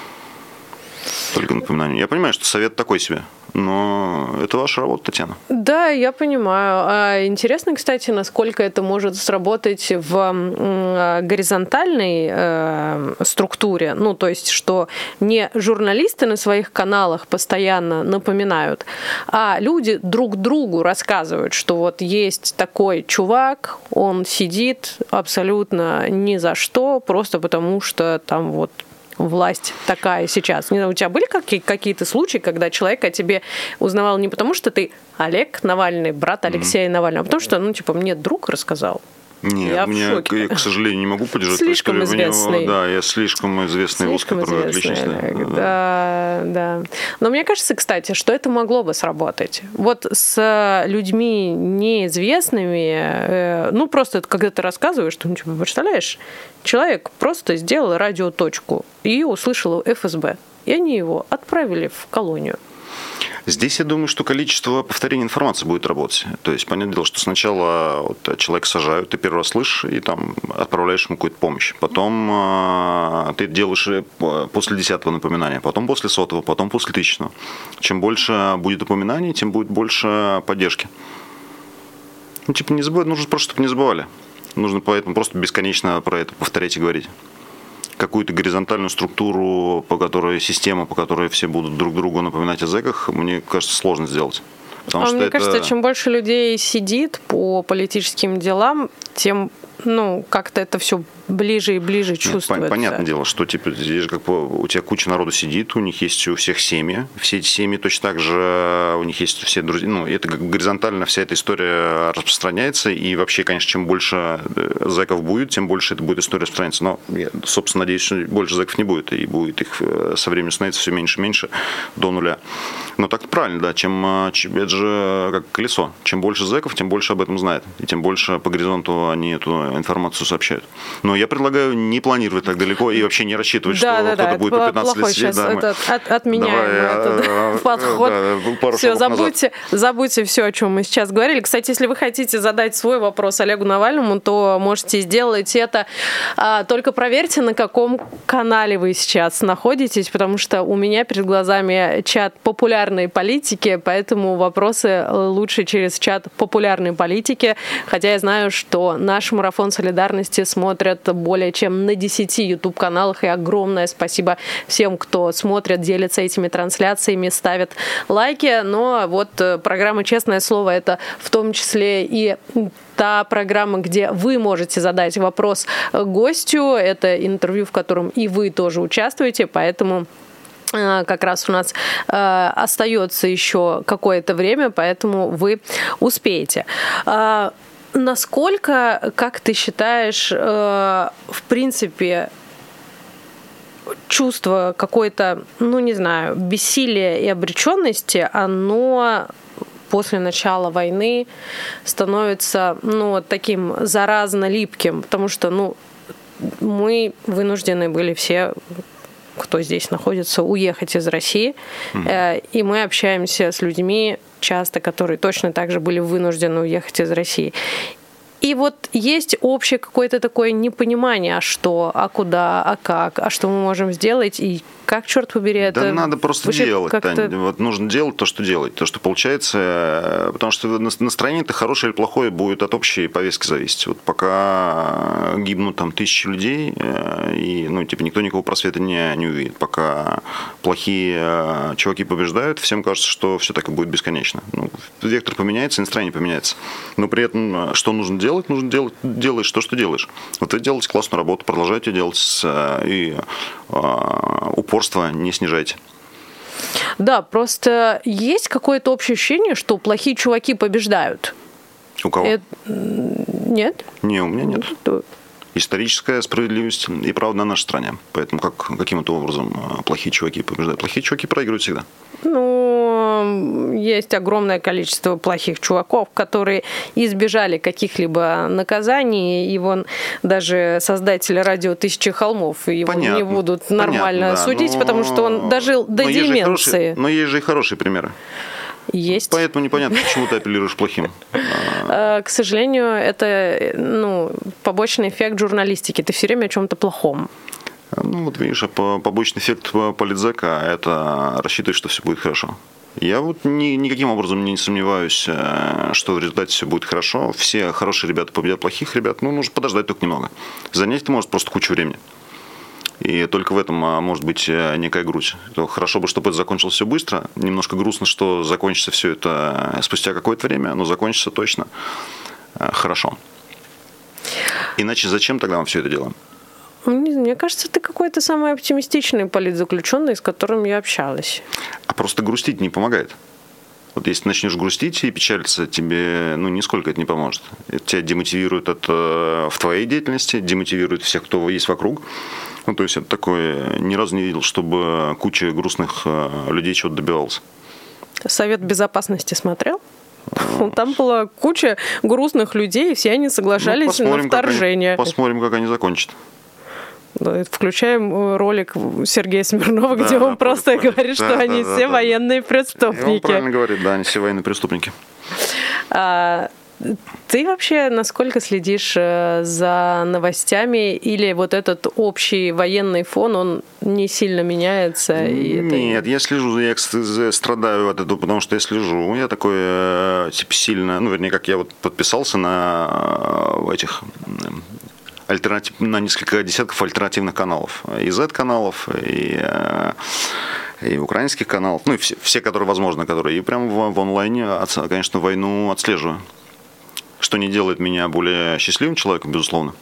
Только напоминание. Я понимаю, что совет такой себе, но это ваша работа, Татьяна. Да, я понимаю. Интересно, кстати, насколько это может сработать в горизонтальной э, структуре. Ну, то есть, что не журналисты на своих каналах постоянно напоминают, а люди друг другу рассказывают, что вот есть такой чувак, он сидит абсолютно ни за что, просто потому что там вот власть такая сейчас. Не знаю, у тебя были какие-то случаи, когда человек о тебе узнавал не потому, что ты Олег Навальный, брат Алексея mm-hmm. Навального, а потому что, ну, типа, мне друг рассказал? Нет, я меня, в шоке. Я, к сожалению, не могу поддержать. Слишком известный. Него, да, я слишком известный слишком ВОЗ, который известный, отличный. Да, да. Но мне кажется, кстати, что это могло бы сработать. Вот с людьми неизвестными, ну, просто когда ты рассказываешь, что, ну, типа, представляешь, человек просто сделал радиоточку и услышал эф эс бэ, и они его отправили в колонию. Здесь я думаю, что количество повторений информации будет работать. То есть, понятное дело, что сначала вот, человека сажают, ты первый раз слышишь, и там отправляешь ему какую-то помощь. Потом э, ты делаешь после десятого напоминания, потом после сотого, потом после тысячного. Чем больше будет напоминаний, тем будет больше поддержки. Ну, типа, не забывать, нужно просто, чтобы не забывали. Нужно поэтому просто бесконечно про это повторять и говорить. Какую-то горизонтальную структуру, по которой система, по которой все будут друг другу напоминать о зэках, мне кажется, сложно сделать. Потому а что мне это... кажется, чем больше людей сидит по политическим делам, тем, ну, как-то это все ближе и ближе чувствуется. Нет, понятное дело, что типа, здесь же как бы у тебя куча народу сидит, у них есть у всех семьи, все эти семьи точно так же, у них есть все друзья, ну, это как горизонтально вся эта история распространяется, и вообще, конечно, чем больше зэков будет, тем больше это будет история распространяться. Но я, собственно, надеюсь, что больше зэков не будет, и будет их со временем становиться все меньше и меньше до нуля. Но так правильно, да, чем, чем это же как колесо. Чем больше зэков, тем больше об этом знает, и тем больше по горизонту они эту информацию сообщают. Но я предлагаю не планировать так далеко и вообще не рассчитывать, да, что да, кто-то да, будет по пятнадцать лет сидеть. Да, это, от, отменяем давай, этот а, подход. Да, все, забудьте, забудьте все, о чем мы сейчас говорили. Кстати, если вы хотите задать свой вопрос Олегу Навальному, то можете сделать это. А, только проверьте, на каком канале вы сейчас находитесь, потому что у меня перед глазами чат популярной политики, поэтому вопросы лучше через чат популярной политики. Хотя я знаю, что наш марафон солидарности смотрят более чем на десяти YouTube-каналах, и огромное спасибо всем, кто смотрит, делится этими трансляциями, ставит лайки. Но вот программа «Честное слово» — это в том числе и та программа, где вы можете задать вопрос гостю. Это интервью, в котором и вы тоже участвуете, поэтому как раз у нас э, остается еще какое-то время, поэтому вы успеете. Э, насколько, как ты считаешь, э, в принципе, чувство какой-то, ну не знаю, бессилия и обреченности, оно после начала войны становится, ну, таким заразно липким, потому что, ну, мы вынуждены были все, кто здесь находится, уехать из России. Mm-hmm. И мы общаемся с людьми часто, которые точно так же были вынуждены уехать из России. И вот есть общее какое-то такое непонимание, а что, а куда, а как, а что мы можем сделать, и как, черт побери, это... Да надо просто делать, Тань. Вот нужно делать то, что делать, то, что получается, потому что настроение-то хорошее или плохое будет от общей повестки зависеть. Вот пока гибнут там тысячи людей, и, ну, типа, никто никакого просвета не, не увидит. Пока плохие чуваки побеждают, всем кажется, что все так и будет бесконечно. Ну, вектор поменяется, настроение поменяется. Но при этом, что нужно делать? Делать, нужно делать, делаешь то, что делаешь. Вот вы делаете классную работу, продолжайте делать, и упорство не снижайте. Да, просто есть какое-то общее ощущение, что плохие чуваки побеждают. У кого? Это... Нет? Не, у меня нет. Это... Историческая справедливость и правда на нашей стране. Поэтому как, каким-то образом плохие чуваки побеждают? Плохие чуваки проигрывают всегда. Ну, есть огромное количество плохих чуваков, которые избежали каких-либо наказаний. И вон даже создатели радио «Тысячи холмов» его Понятно. не будут нормально Понятно, да. судить, но... потому что он дожил до но деменции. Хорошие, но есть же и хорошие примеры. Есть. Поэтому непонятно, почему ты апеллируешь плохим. К сожалению, это, ну, побочный эффект журналистики. Ты все время о чем-то плохом. Ну, вот видишь, побочный эффект политзека – это рассчитывать, что все будет хорошо. Я вот ни, никаким образом не сомневаюсь, что в результате все будет хорошо. Все хорошие ребята победят плохих ребят. Ну, нужно подождать только немного. Занять это может просто кучу времени. И только в этом может быть некая грусть. То хорошо бы, чтобы это закончилось все быстро. Немножко грустно, что закончится все это спустя какое-то время, но закончится точно хорошо. Иначе зачем тогда мы все это делаем? Мне кажется, ты какой-то самый оптимистичный политзаключенный, с которым я общалась. А просто грустить не помогает. Вот если ты начнешь грустить и печалиться, тебе ну, нисколько это не поможет. Это тебя демотивирует это в твоей деятельности, демотивирует всех, кто есть вокруг. Ну, то есть это такое, ни разу не видел, чтобы куча грустных людей чего-то добивалась. Совет безопасности смотрел? Там была куча грустных людей, и все они соглашались ну, на вторжение. Как они, посмотрим, как они закончат. Включаем ролик Сергея Смирнова, да, где он просто против, говорит, да, что да, они да, все да, военные да. преступники. И он правильно говорит, да, они все военные преступники. А, ты вообще насколько следишь за новостями, или вот этот общий военный фон, он не сильно меняется? И Нет, это... я слежу, я страдаю от этого, потому что я слежу. Я такой, типа, сильно, ну, вернее, как я вот подписался на этих... Альтернатив, на несколько десятков альтернативных каналов. И зет-каналов, и, и украинских каналов. Ну, и все, все, которые возможно, которые. И прямо в, в онлайне, конечно, войну отслеживаю. Что не делает меня более счастливым человеком, безусловно.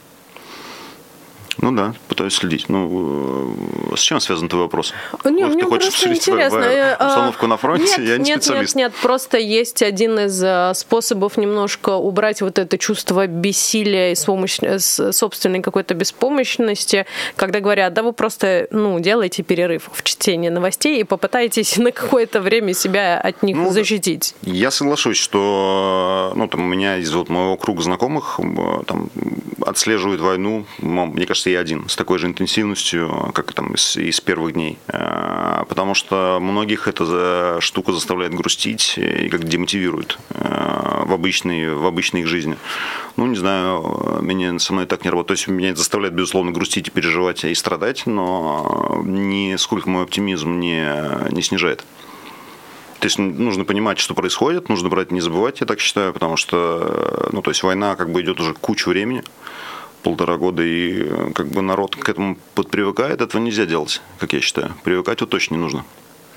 Ну да, пытаюсь следить. Ну, с чем связан твой вопрос? Не, вот, мне ты хочешь обсудить обстановку на фронте? Нет, я не нет, специалист. Нет, нет, просто есть один из способов немножко убрать вот это чувство бессилия и собственной какой-то беспомощности, когда говорят, да вы просто ну, делаете перерыв в чтении новостей и попытаетесь на какое-то время себя от них ну, защитить. Я соглашусь, что ну, там, у меня из вот, моего круга знакомых там, отслеживают войну, мне кажется, я один, с такой же интенсивностью, как там из, из первых дней. Потому что многих эта штука заставляет грустить и как демотивирует в обычной, в обычной их жизни. Ну, не знаю, меня, со мной так не работает. То есть меня это заставляет, безусловно, грустить и переживать и страдать, но нисколько мой оптимизм не, не снижает. То есть нужно понимать, что происходит, нужно про это не забывать, я так считаю, потому что ну, то есть война как бы идет уже кучу времени. Полтора года, и как бы народ к этому подпривыкает, этого нельзя делать, как я считаю. Привыкать вот точно не нужно.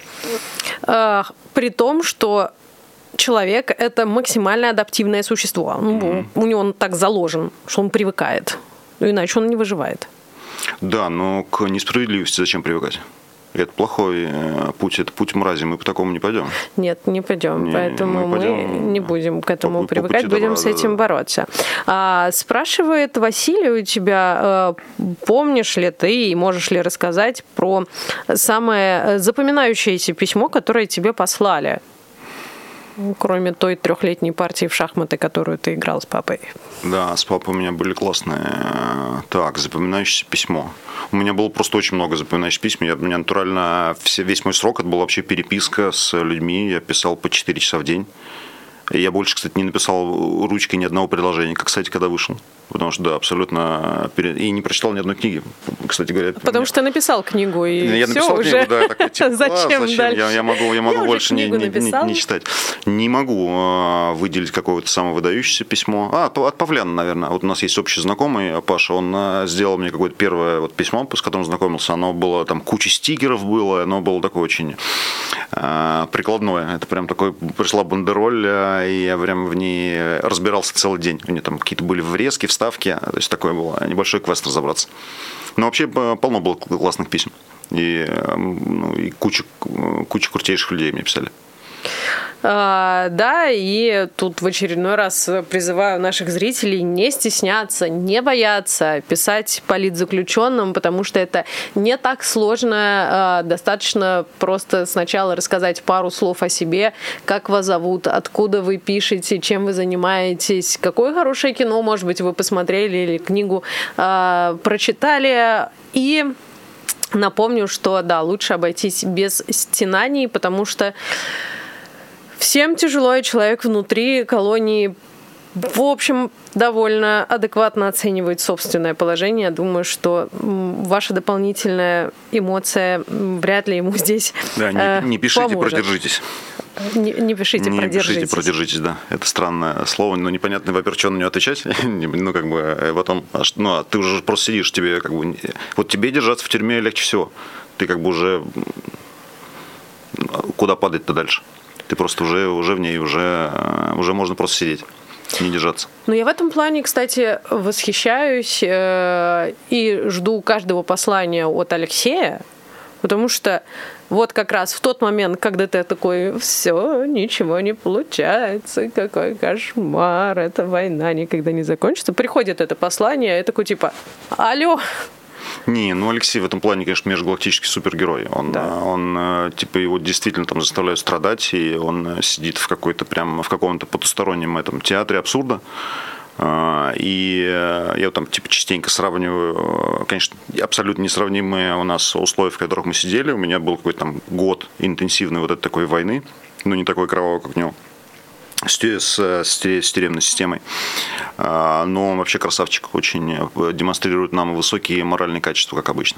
А, при том, что человек – это максимально адаптивное существо. Mm-hmm. У него он так заложен, что он привыкает. Иначе он не выживает. Да, но к несправедливости зачем привыкать? Это плохой путь, это путь мрази, мы по такому не пойдем. Нет, не пойдем, не, поэтому мы, пойдем, мы не будем к этому по, привыкать, по будем добра, с этим да, бороться. А, спрашивает Василий у тебя, помнишь ли ты и можешь ли рассказать про самое запоминающееся письмо, которое тебе послали? Кроме той трехлетней партии в шахматы, которую ты играл с папой. Да, с папой у меня были классные. Так, запоминающееся письмо. У меня было просто очень много запоминающих писем. Я, у меня натурально все, весь мой срок это была вообще переписка с людьми. Я писал по четыре часа в день. И я больше, кстати, не написал ручкой ни одного предложения, как, кстати, когда вышел. Потому что, да, абсолютно... И не прочитал ни одной книги, кстати говоря. Потому меня... что ты написал книгу, и я все написал уже... книгу, да, такой, типа, зачем, зачем дальше? Я, я могу, я могу я больше не, не, не, не читать. Не могу э, выделить какое-то самое выдающееся письмо. А, от Павляна, наверное. Вот у нас есть общий знакомый, Паша, он э, сделал мне какое-то первое вот, письмо, с которым знакомился. Оно было, там, куча стикеров было, оно было такое очень э, прикладное. Это прям такой, пришла бандероль, э, и я прям в ней разбирался целый день. У меня там какие-то были врезки, вставки, то есть такое было, небольшой квест разобраться. Но вообще полно было классных писем. И, ну, и куча, куча крутейших людей мне писали. А, да, и тут в очередной раз призываю наших зрителей не стесняться, не бояться писать политзаключенным, потому что это не так сложно. А, достаточно просто сначала рассказать пару слов о себе, как вас зовут, откуда вы пишете, чем вы занимаетесь, какое хорошее кино, может быть, вы посмотрели или книгу а, прочитали. И напомню, что, да, лучше обойтись без стенаний, потому что всем тяжело, и человек внутри колонии, в общем, довольно адекватно оценивает собственное положение. Я думаю, что ваша дополнительная эмоция вряд ли ему здесь да, не, э, не пишите, поможет. Продержитесь. Не, не пишите, не продержитесь. пишите, продержитесь, да. Это странное слово, но непонятно, во-первых, что на него отвечать. Ну, как бы, потом, ну, а ты уже просто сидишь, тебе, как бы, вот тебе держаться в тюрьме легче всего. Ты, как бы, уже, куда падать-то дальше? Ты просто уже, уже в ней, уже, уже можно просто сидеть, не держаться. Ну, я в этом плане, кстати, восхищаюсь э, и жду каждого послания от Алексея, Потому что вот как раз в тот момент, когда ты такой, все, ничего не получается, какой кошмар, эта война никогда не закончится, приходит это послание, и такой типа, алло. Не, ну Алексей в этом плане, конечно, межгалактический супергерой. Он, да. он, типа, его действительно там заставляют страдать, и он сидит в какой-то прям в каком-то потустороннем этом театре абсурда. И я там типа частенько сравниваю, конечно, абсолютно несравнимые у нас условия, в которых мы сидели. У меня был какой-то там год интенсивной вот этой такой войны, но не такой кровавой, как у него, с, с, с тюремной системой. Но он вообще красавчик, очень демонстрирует нам высокие моральные качества, как обычно.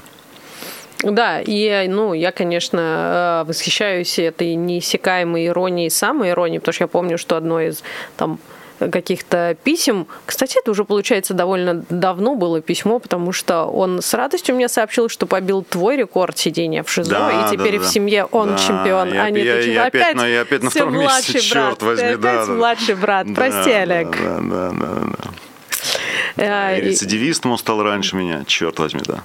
Да, и, ну, я, конечно, восхищаюсь этой неиссякаемой иронией, самой иронией, потому что я помню, что одно из там каких-то писем. Кстати, это уже, получается, довольно давно было письмо, потому что он с радостью мне сообщил, что побил твой рекорд сидения в ШИЗО, да, и теперь да, в семье он да, чемпион, я, а не я, ты я опять, опять, я опять на втором месте, брат, черт возьми. Ты да, опять да, младший брат, да, прости, да, Олег. Да, да, да, да, да. А, и рецидивистом он стал раньше меня, черт возьми, да.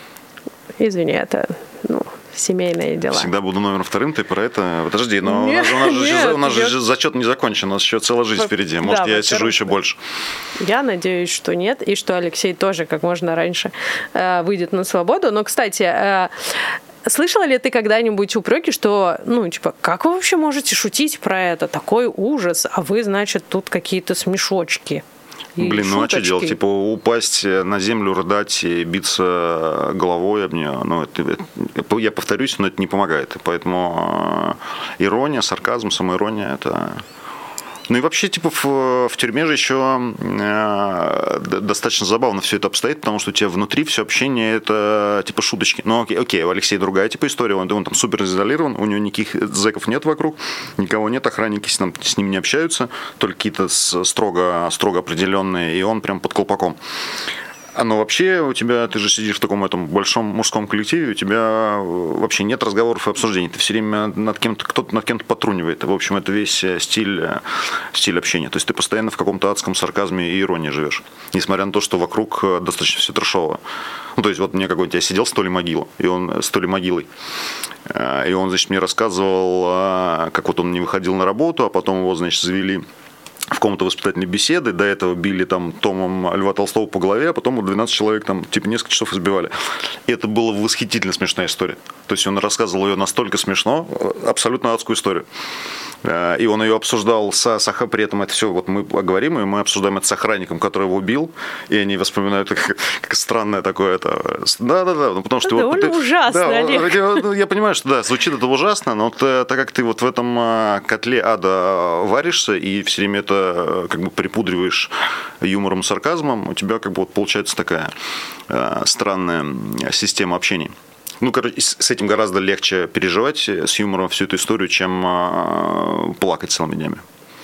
Извини, это, ну, семейные дела. Всегда буду номером вторым, ты про это... Подожди, но нет, у нас, же, нет, у нас нет. же зачет не закончен, у нас еще целая жизнь впереди. Может, да, я сижу еще больше. Я надеюсь, что нет, и что Алексей тоже как можно раньше э, выйдет на свободу. Но, кстати, э, слышала ли ты когда-нибудь упреки, что, ну, типа, как вы вообще можете шутить про это? Такой ужас, а вы, значит, тут какие-то смешочки. Блин, ну а что делать? Типа упасть на землю, рыдать и биться головой об нее. Ну, это, это, я повторюсь, но это не помогает. Поэтому ирония, сарказм, самоирония – это... Ну и вообще, типа, в, в тюрьме же еще э, достаточно забавно все это обстоит, потому что у тебя внутри все общение это типа шуточки. Ну окей, окей, у Алексея другая типа история, он, он там супер изолирован, у него никаких зэков нет вокруг, никого нет, охранники с, там, с ним не общаются, только какие-то строго, строго определенные, и он прям под колпаком. Но вообще у тебя, ты же сидишь в таком этом большом мужском коллективе, у тебя вообще нет разговоров и обсуждений. Ты все время над кем-то, кто-то над кем-то потрунивает. В общем, это весь стиль, стиль общения. То есть ты постоянно в каком-то адском сарказме и иронии живешь. Несмотря на то, что вокруг достаточно все трэшово. Ну, то есть вот мне какой-то, я сидел с Толей Могилой, и он с Толей Могилой. И он, значит, мне рассказывал, как вот он не выходил на работу, а потом его, значит, завели в комнату воспитательной беседы, до этого били там томом Льва Толстого по голове, а потом двенадцать человек там типа несколько часов избивали. И это была восхитительно смешная история. То есть он рассказывал ее настолько смешно, абсолютно адскую историю. И он ее обсуждал с, с при этом это все, вот мы говорим, и мы обсуждаем это с охранником, который его убил, и они воспоминают как, как странное такое это. Да, да, да. Ну, потому что это вот, довольно ты, ужасно, да, Олег. Я, я понимаю, что да, звучит это ужасно, но вот, так как ты вот в этом котле ада варишься и все время это как бы припудриваешь юмором и сарказмом, у тебя как бы вот получается такая э, странная система общения. Ну, короче, с этим гораздо легче переживать с юмором всю эту историю, чем э, плакать целыми днями.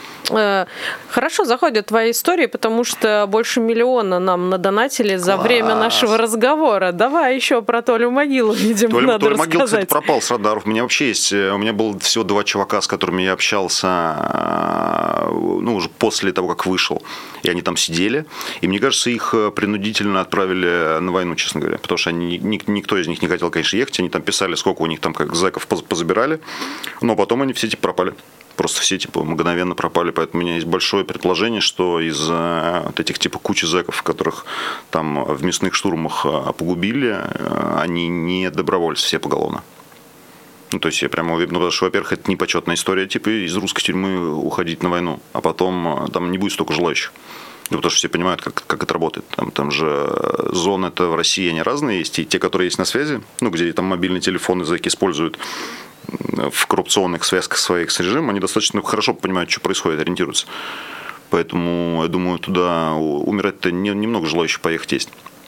Хорошо заходят твои истории, потому что больше миллиона нам надонатили за Класс. время нашего разговора. Давай еще про Толю Могилу, видимо, Толя, надо Толя рассказать. Могила, кстати, пропал с радаров. У меня вообще есть, у меня было всего два чувака, с которыми я общался, ну, уже после того, как вышел. И они там сидели. И мне кажется, их принудительно отправили на войну, честно говоря. Потому что они, никто из них не хотел, конечно, ехать. Они там писали, сколько у них там как зэков позабирали. Но потом они все типа пропали. Просто все типа мгновенно пропали, поэтому у меня есть большое предположение, что из вот этих типа кучи зэков, которых там в мясных штурмах погубили, они не добровольцы, все поголовно. Ну, то есть я прямо уверен, ну, потому что, во-первых, это непочетная история, типа из русской тюрьмы уходить на войну, а потом там не будет столько желающих. Ну, потому что все понимают, как, как это работает. Там, там же зоны-то в России они разные есть, и те, которые есть на связи, ну, где там мобильные телефоны зэки используют в коррупционных связках своих с режимом, они достаточно хорошо понимают, что происходит, ориентируются. Поэтому, я думаю, туда умирать-то немного желающих поехать есть.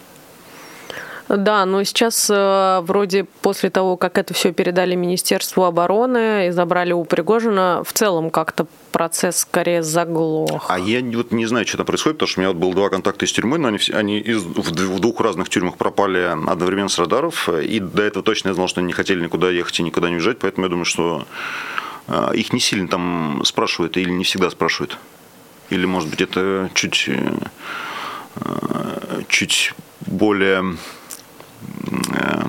Да, но сейчас э, вроде после того, как это все передали Министерству обороны и забрали у Пригожина, в целом как-то процесс скорее заглох. А я вот не знаю, что там происходит, потому что у меня вот было два контакта из тюрьмы, но они, они из, в двух разных тюрьмах пропали одновременно с радаров, и до этого точно я знал, что они не хотели никуда ехать и никуда не уезжать, поэтому я думаю, что э, их не сильно там спрашивают или не всегда спрашивают. Или, может быть, это чуть, э, чуть более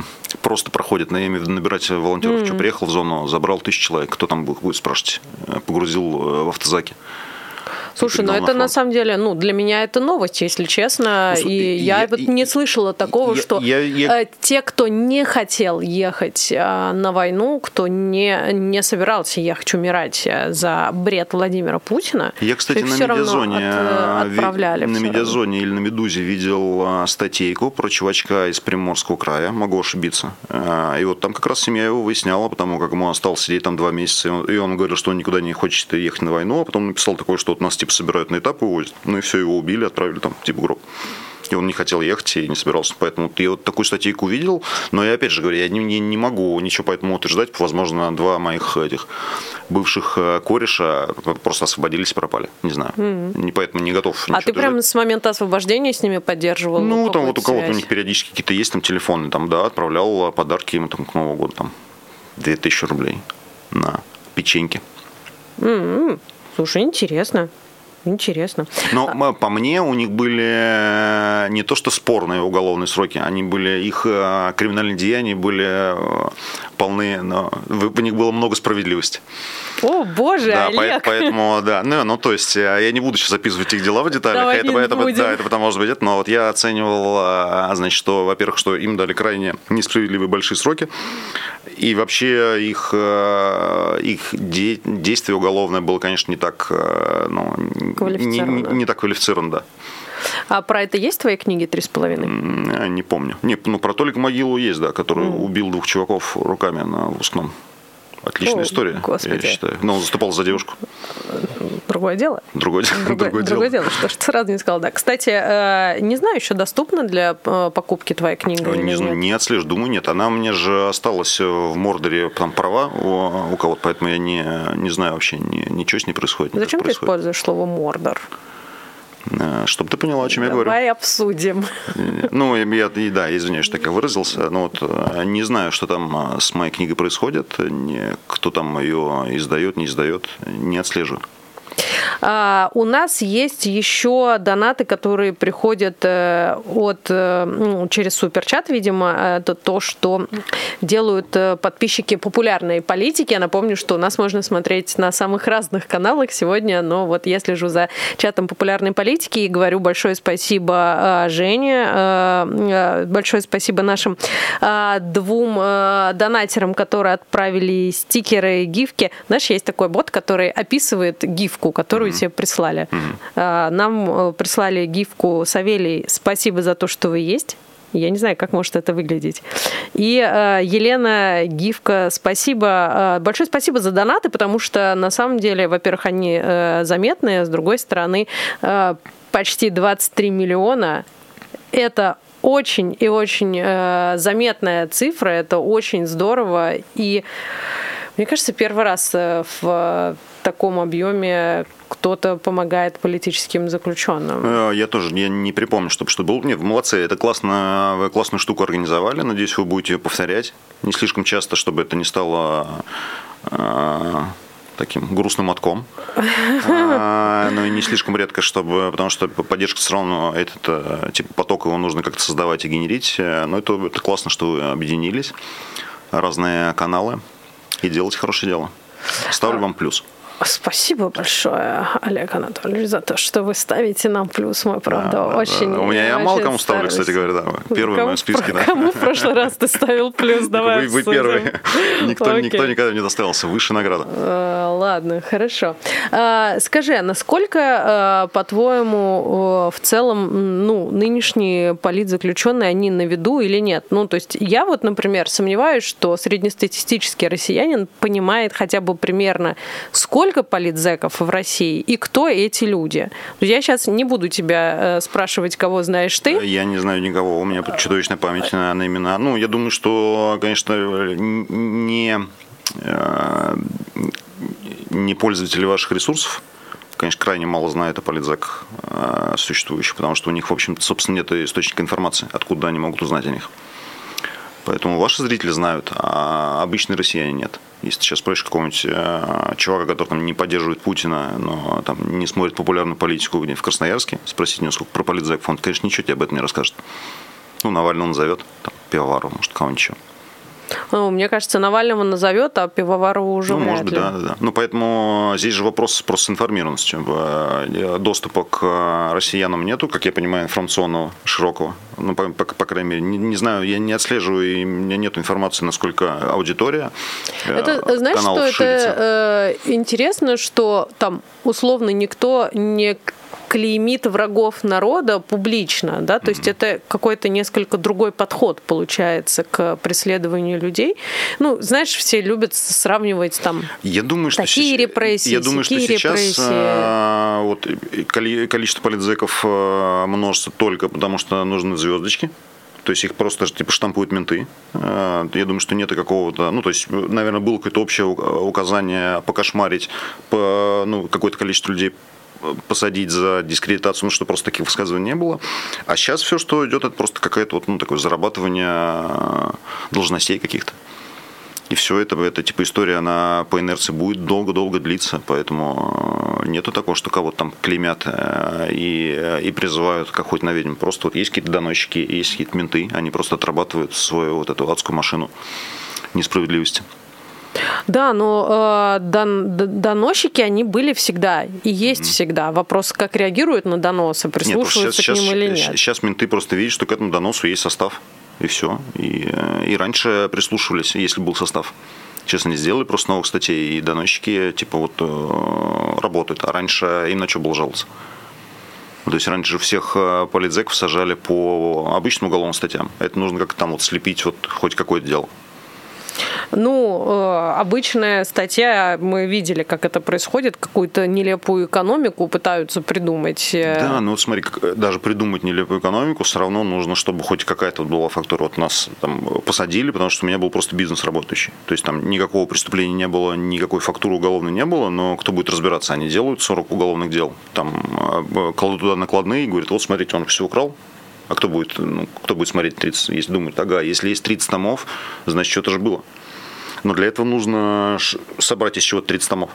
просто проходит, я имею в виду набирать волонтеров. Mm-hmm. Что, приехал в зону, забрал тысячу человек, кто там будет спрашивать? Погрузил в автозаки. Слушай, ну это на самом деле, ну для меня это новость, если честно, ну, и я, я вот не слышала такого, я, что я, я... Э, те, кто не хотел ехать э, на войну, кто не, не собирался ехать умирать за бред Владимира Путина, я, кстати, на Медиазоне, от, отправляли. На Медиазоне или на Медузе видел статейку про чувачка из Приморского края, могу ошибиться, и вот там как раз семья его выясняла, потому как ему осталось сидеть там два месяца, и он говорил, что он никуда не хочет ехать на войну, а потом написал такое, что вот нас типа собирают на этап и увозят. Ну и все, его убили, отправили там типа гроб. И он не хотел ехать и не собирался. Поэтому я вот такую статейку увидел. Но я опять же говорю, я не, не, не могу ничего по этому утверждать. Возможно, два моих этих бывших кореша просто освободились и пропали. Не знаю. Mm-hmm. Не, поэтому не готов ничего А ты утверждать. прям с момента освобождения с ними поддерживал? Ну, там вот у кого-то у них периодически какие-то есть там телефоны. Там, да, отправлял подарки им там, к Новому году. Там, две тысячи рублей на печеньки. Mm-hmm. Слушай, интересно. Интересно. Но по мне у них были не то что спорные уголовные сроки, они были, их криминальные деяния были полны, но в них было много справедливости. О, боже, да, Олег! Поэтому, да, ну, ну, то есть я не буду сейчас записывать их дела в деталях, Давай это, не это, будем. да, это потому может быть это, но вот я оценивал, значит, что, во-первых, что им дали крайне несправедливые большие сроки, и вообще их, их де- действие уголовное было, конечно, не так, ну, не, не, не так квалифицировано, да. А про это есть в твоей книге «Три с половиной»? Не помню. Не, ну, про Толика Могилу есть, да, который mm. убил двух чуваков руками на выпускном. Отличная О, история, Господи. Я считаю. Но он заступал за девушку. Другое дело. Другое, другое, другое, другое дело. дело, что, что сразу не сказал. Да. Кстати, не знаю, еще доступна для покупки твоя книга не, или нет? Не отслежу, думаю, нет. Она мне же осталась в Мордоре, там права у, у кого-то, поэтому я не, не знаю вообще, ни, ничего с ней происходит. Зачем ты происходит. используешь слово «Мордор»? Чтобы ты поняла, о чем Давай я говорю. Давай обсудим. Ну, я, да, извиняюсь, что так я выразился. Но вот не знаю, что там с моей книгой происходит, кто там ее издает, не издает, не отслеживаю. Uh, у нас есть еще донаты, которые приходят uh, от, uh, ну, через суперчат, видимо, это то, что делают uh, подписчики популярной политики. Я напомню, что нас можно смотреть на самых разных каналах сегодня, но вот я слежу за чатом популярной политики и говорю большое спасибо uh, Жене, uh, uh, большое спасибо нашим uh, двум uh, донатерам, которые отправили стикеры и гифки. Знаешь, есть такой бот, который описывает гифку, которую тебе прислали. Mm-hmm. Нам прислали гифку «Савелий, спасибо за то, что вы есть». Я не знаю, как может это выглядеть. И э, Елена Гифка, спасибо. Э, большое спасибо за донаты, потому что на самом деле, во-первых, они э, заметные, с другой стороны, э, почти двадцать три миллиона. Это очень и очень э, заметная цифра, это очень здорово. И мне кажется, первый раз в таком объеме кто-то помогает политическим заключенным. Я тоже я не припомню, чтобы что было. Нет, молодцы, это классно, вы классную штуку организовали. Надеюсь, вы будете ее повторять. Не слишком часто, чтобы это не стало э, таким грустным мотком. А, но и не слишком редко, чтобы, потому что поддержка все равно, этот типа поток его нужно как-то создавать и генерить. Но это, это классно, что вы объединились, разные каналы, и делаете хорошее дело. Ставлю вам плюс. Спасибо большое, Олег Анатольевич, за то, что вы ставите нам плюс. Мы, правда, да, очень... Да. У меня я мало кому ставлю, кстати говоря, да. Первый в моем списке. Да. Кому в прошлый раз ты ставил плюс? Давай Вы, вы первый. Никто, никто никогда не доставился. Выше награда. Uh, ладно, хорошо. Uh, скажи, а насколько, uh, по-твоему, uh, в целом, ну, нынешние политзаключенные, они на виду или нет? Ну, то есть я вот, например, сомневаюсь, что среднестатистический россиянин понимает хотя бы примерно, сколько Сколько политзеков в России и кто эти люди? Я сейчас не буду тебя спрашивать, кого знаешь ты. Я не знаю никого, у меня чудовищная память на, на имена. Ну, я думаю, что, конечно, не, не пользователи ваших ресурсов, конечно, крайне мало знают о политзеках существующих, потому что у них, в общем-то, собственно, нет источника информации, откуда они могут узнать о них. Поэтому ваши зрители знают, а обычные россияне нет. Если сейчас спросишь какого-нибудь э, чувака, который там, не поддерживает Путина, но там, не смотрит популярную политику где в Красноярске, спросить него, сколько про политзеков, он, конечно, ничего тебе об этом не расскажет. Ну, Навального он назовет, там, Пивоварова, может, кого-нибудь еще. Ну, мне кажется, Навального назовет, а Пивоварова уже ну, вряд может быть, ли. да, да, да. Ну, поэтому здесь же вопрос просто с информированностью. Доступа к россиянам нету, как я понимаю, информационного, широкого. Ну, по, по, по крайней мере, не, не знаю, я не отслеживаю, и у меня нет информации, насколько аудитория это, э, знаешь, что каналов ширится. Это э, интересно, что там условно никто не клеймит врагов народа публично, да, то mm-hmm. есть это какой-то несколько другой подход получается к преследованию людей. Ну, знаешь, все любят сравнивать там я думаю, что такие сейчас, репрессии, я думаю, что сейчас репрессии. А, вот, количество политзеков множится только потому, что нужны звездочки. То есть их просто типа штампуют менты. Я думаю, что нет какого-то... Ну, то есть, наверное, было какое-то общее указание покошмарить по, ну, какое-то количество людей, посадить за дискредитацию, ну, что просто таких высказываний не было. А сейчас все, что идет, это просто какое-то вот, ну, такое зарабатывание должностей каких-то. И все это, это типа история, она по инерции будет долго-долго длиться, поэтому нету такого, что кого-то там клеймят и, и призывают как хоть на ведьм. Просто вот есть какие-то доносчики, есть какие-то менты, они просто отрабатывают свою вот эту адскую машину несправедливости. Да, но э, дон, доносчики, они были всегда и есть mm-hmm. всегда. Вопрос, как реагируют на доносы, прислушиваются нет, к ним сейчас, или нет. Сейчас менты просто видят, что к этому доносу есть состав, и все. И, и раньше прислушивались, если был состав. Сейчас они сделали просто новых статей, и доносчики типа вот работают. А раньше им на что было жаловаться? То есть раньше же всех политзеков сажали по обычным уголовным статьям. Это нужно как-то там вот слепить вот хоть какое-то дело. Ну, обычная статья, мы видели, как это происходит, какую-то нелепую экономику пытаются придумать. Да, ну вот смотри, даже придумать нелепую экономику все равно нужно, чтобы хоть какая-то была фактура. Вот нас там посадили, потому что у меня был просто бизнес работающий. То есть там никакого преступления не было, никакой фактуры уголовной не было, но кто будет разбираться? Они делают сорок уголовных дел, там кладут туда накладные и говорят, вот смотрите, он все украл. А кто будет, ну, кто будет смотреть тридцать? Если думают, ага, если есть тридцать томов, значит, что-то же было. Но для этого нужно собрать из чего-то тридцать томов.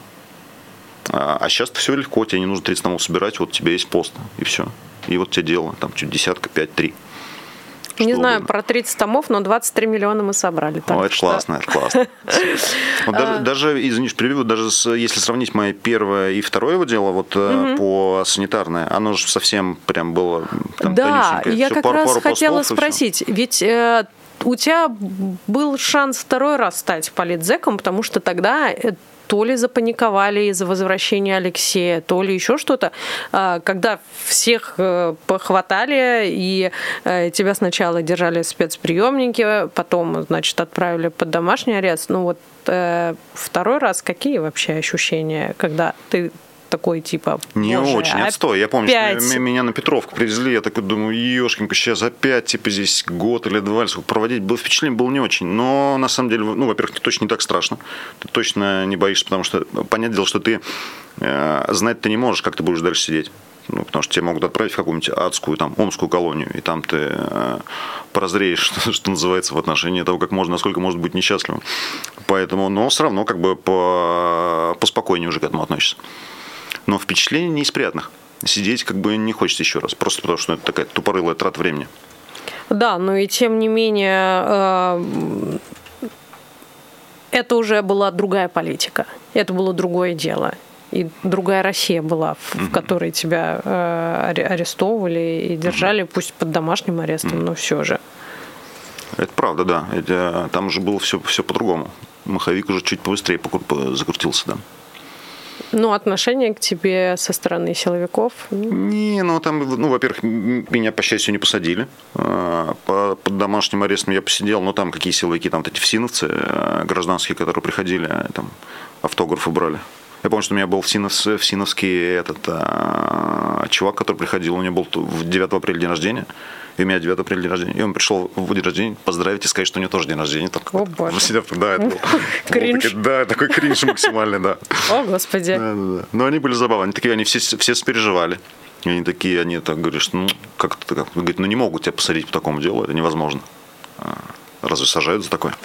А сейчас все легко, тебе не нужно тридцать томов собирать, вот у тебя есть пост, и все. И вот тебе дело, там чуть десятка, пять, три. Не знаю угодно. Про тридцать томов, но двадцать три миллиона мы собрали. О, это что... классно, это классно. Вот даже, даже, извините, перебью, даже с, если сравнить мое первое и второе его дело, вот угу. по санитарное, оно же совсем прям было там, да, я все, как пару, раз пару хотела спросить, ведь э, у тебя был шанс второй раз стать политзеком, потому что тогда... то ли запаниковали из-за возвращения Алексея, то ли еще что-то. Когда всех похватали, и тебя сначала держали в спецприемнике, потом, значит, отправили под домашний арест. Ну вот второй раз какие вообще ощущения, когда ты такой типа... Не очень, опять? отстой. Я помню, что меня на Петровку привезли, я такой думаю, ешкинка, сейчас опять типа здесь год или два, сколько проводить. Было впечатление, было не очень. Но на самом деле, ну, во-первых, точно не так страшно. Ты точно не боишься, потому что, понятное дело, что ты э, знать ты не можешь, как ты будешь дальше сидеть. Ну, потому что тебя могут отправить в какую-нибудь адскую, там, омскую колонию, и там ты э, прозреешь, что, что называется, в отношении того, как можно, насколько может быть несчастливым. Поэтому, но все равно как бы по, поспокойнее уже к этому относишься. Но впечатление не из приятных. Сидеть как бы не хочется еще раз, просто потому что это такая тупорылая трата времени. Да, но и тем не менее, э, это уже была другая политика, это было другое дело. И другая Россия была, в, mm-hmm. в которой тебя э, арестовывали и держали, mm-hmm. пусть под домашним арестом, mm-hmm. но все же. Это правда, да. Это, там уже было все, все по-другому. Маховик уже чуть побыстрее закрутился, да. Ну, отношение к тебе со стороны силовиков? Не, ну там, ну, во-первых, меня, по счастью, не посадили. По, под домашним арестом я посидел, но там какие силовики, там вот эти всиновцы гражданские, которые приходили, там автографы брали. Я помню, что у меня был в, Синов, в Синовске этот а, чувак, который приходил, у него был в девятого апреля день рождения, и у меня девятого апреля день рождения, и он пришел в день рождения поздравить и сказать, что у него тоже день рождения. Там, о, боже. Да, это был, кринж. Был, да, такой кринж максимальный, да. О, господи. Да, да, да. Но они были забавные, они такие, они все, все спереживали. И они такие, они так говорят, что ну, как-то, как, говорит, ну не могут тебя посадить по такому делу, это невозможно. Разве сажают за такое?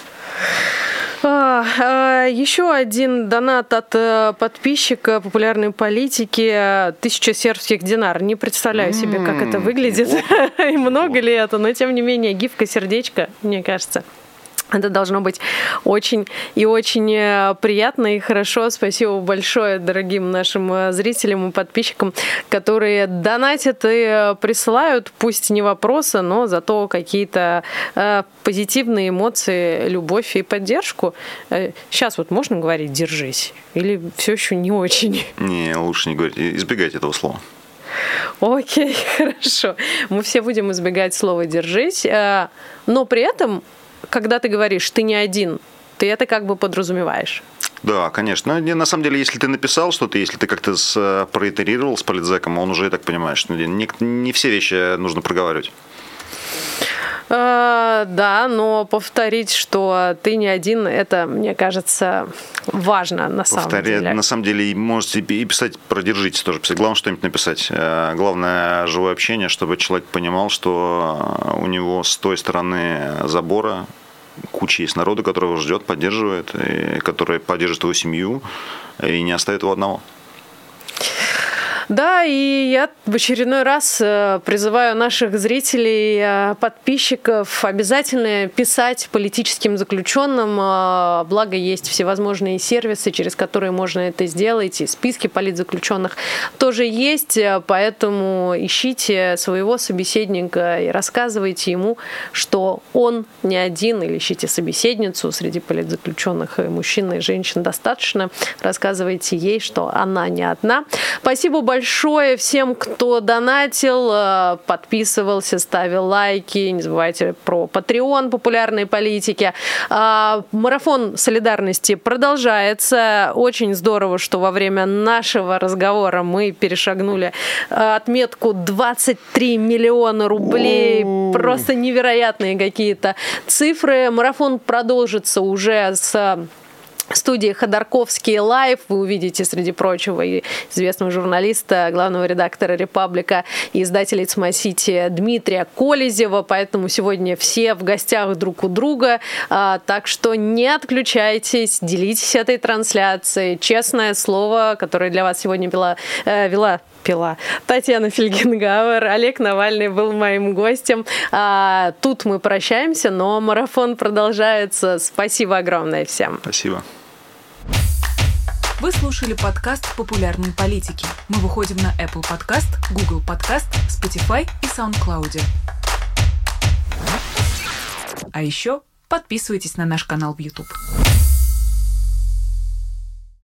А, а, еще один донат от подписчика популярной политики. Тысяча сербских динар. Не представляю себе, как это выглядит и много ли это, но тем не менее гифка, сердечко, мне кажется. Это должно быть очень и очень приятно и хорошо. Спасибо большое дорогим нашим зрителям и подписчикам, которые донатят и присылают, пусть не вопросы, но зато какие-то э, позитивные эмоции, любовь и поддержку. Сейчас вот можно говорить «держись» или все еще не очень? Не, лучше не говорить. Избегайте этого слова. Окей, хорошо. Мы все будем избегать слова «держись», но при этом, когда ты говоришь «ты не один», ты это как бы подразумеваешь. Да, конечно. На самом деле, если ты написал что-то, если ты как-то проитерировал с политзеком, он уже и так понимает, что не, не все вещи нужно проговаривать. Uh, да, но повторить, что ты не один, это, мне кажется, важно на самом Повторять, деле. На самом деле, можете и писать про «держитесь» тоже писать. Главное, что-нибудь написать. Главное, живое общение, чтобы человек понимал, что у него с той стороны забора куча есть народу, который его ждет, поддерживает, и который поддержит его семью и не оставит его одного. Да, и я в очередной раз призываю наших зрителей, подписчиков обязательно писать политическим заключенным. Благо, есть всевозможные сервисы, через которые можно это сделать, и списки политзаключенных тоже есть, поэтому ищите своего собеседника и рассказывайте ему, что он не один, или ищите собеседницу среди политзаключенных, и мужчин, и женщин достаточно. Рассказывайте ей, что она не одна. Спасибо большое. Большое всем, кто донатил, подписывался, ставил лайки. Не забывайте про Patreon популярной политики. Марафон солидарности продолжается. Очень здорово, что во время нашего разговора мы перешагнули отметку двадцать три миллиона рублей. Просто невероятные какие-то цифры. Марафон продолжится уже с студии Ходорковский лайв. Вы увидите, среди прочего, и известного журналиста, главного редактора «Репаблика» и издателя «Ицмасити» Дмитрия Колезева. Поэтому сегодня все в гостях друг у друга. Так что не отключайтесь, делитесь этой трансляцией. Честное слово, которое для вас сегодня вела, вела пила. Татьяна Фельгенгауэр, Олег Навальный был моим гостем. А, тут мы прощаемся, но марафон продолжается. Спасибо огромное всем. Спасибо. Вы слушали подкаст «Популярные политики». Мы выходим на Apple Podcast, Google Podcast, Spotify и SoundCloud. А еще подписывайтесь на наш канал в YouTube.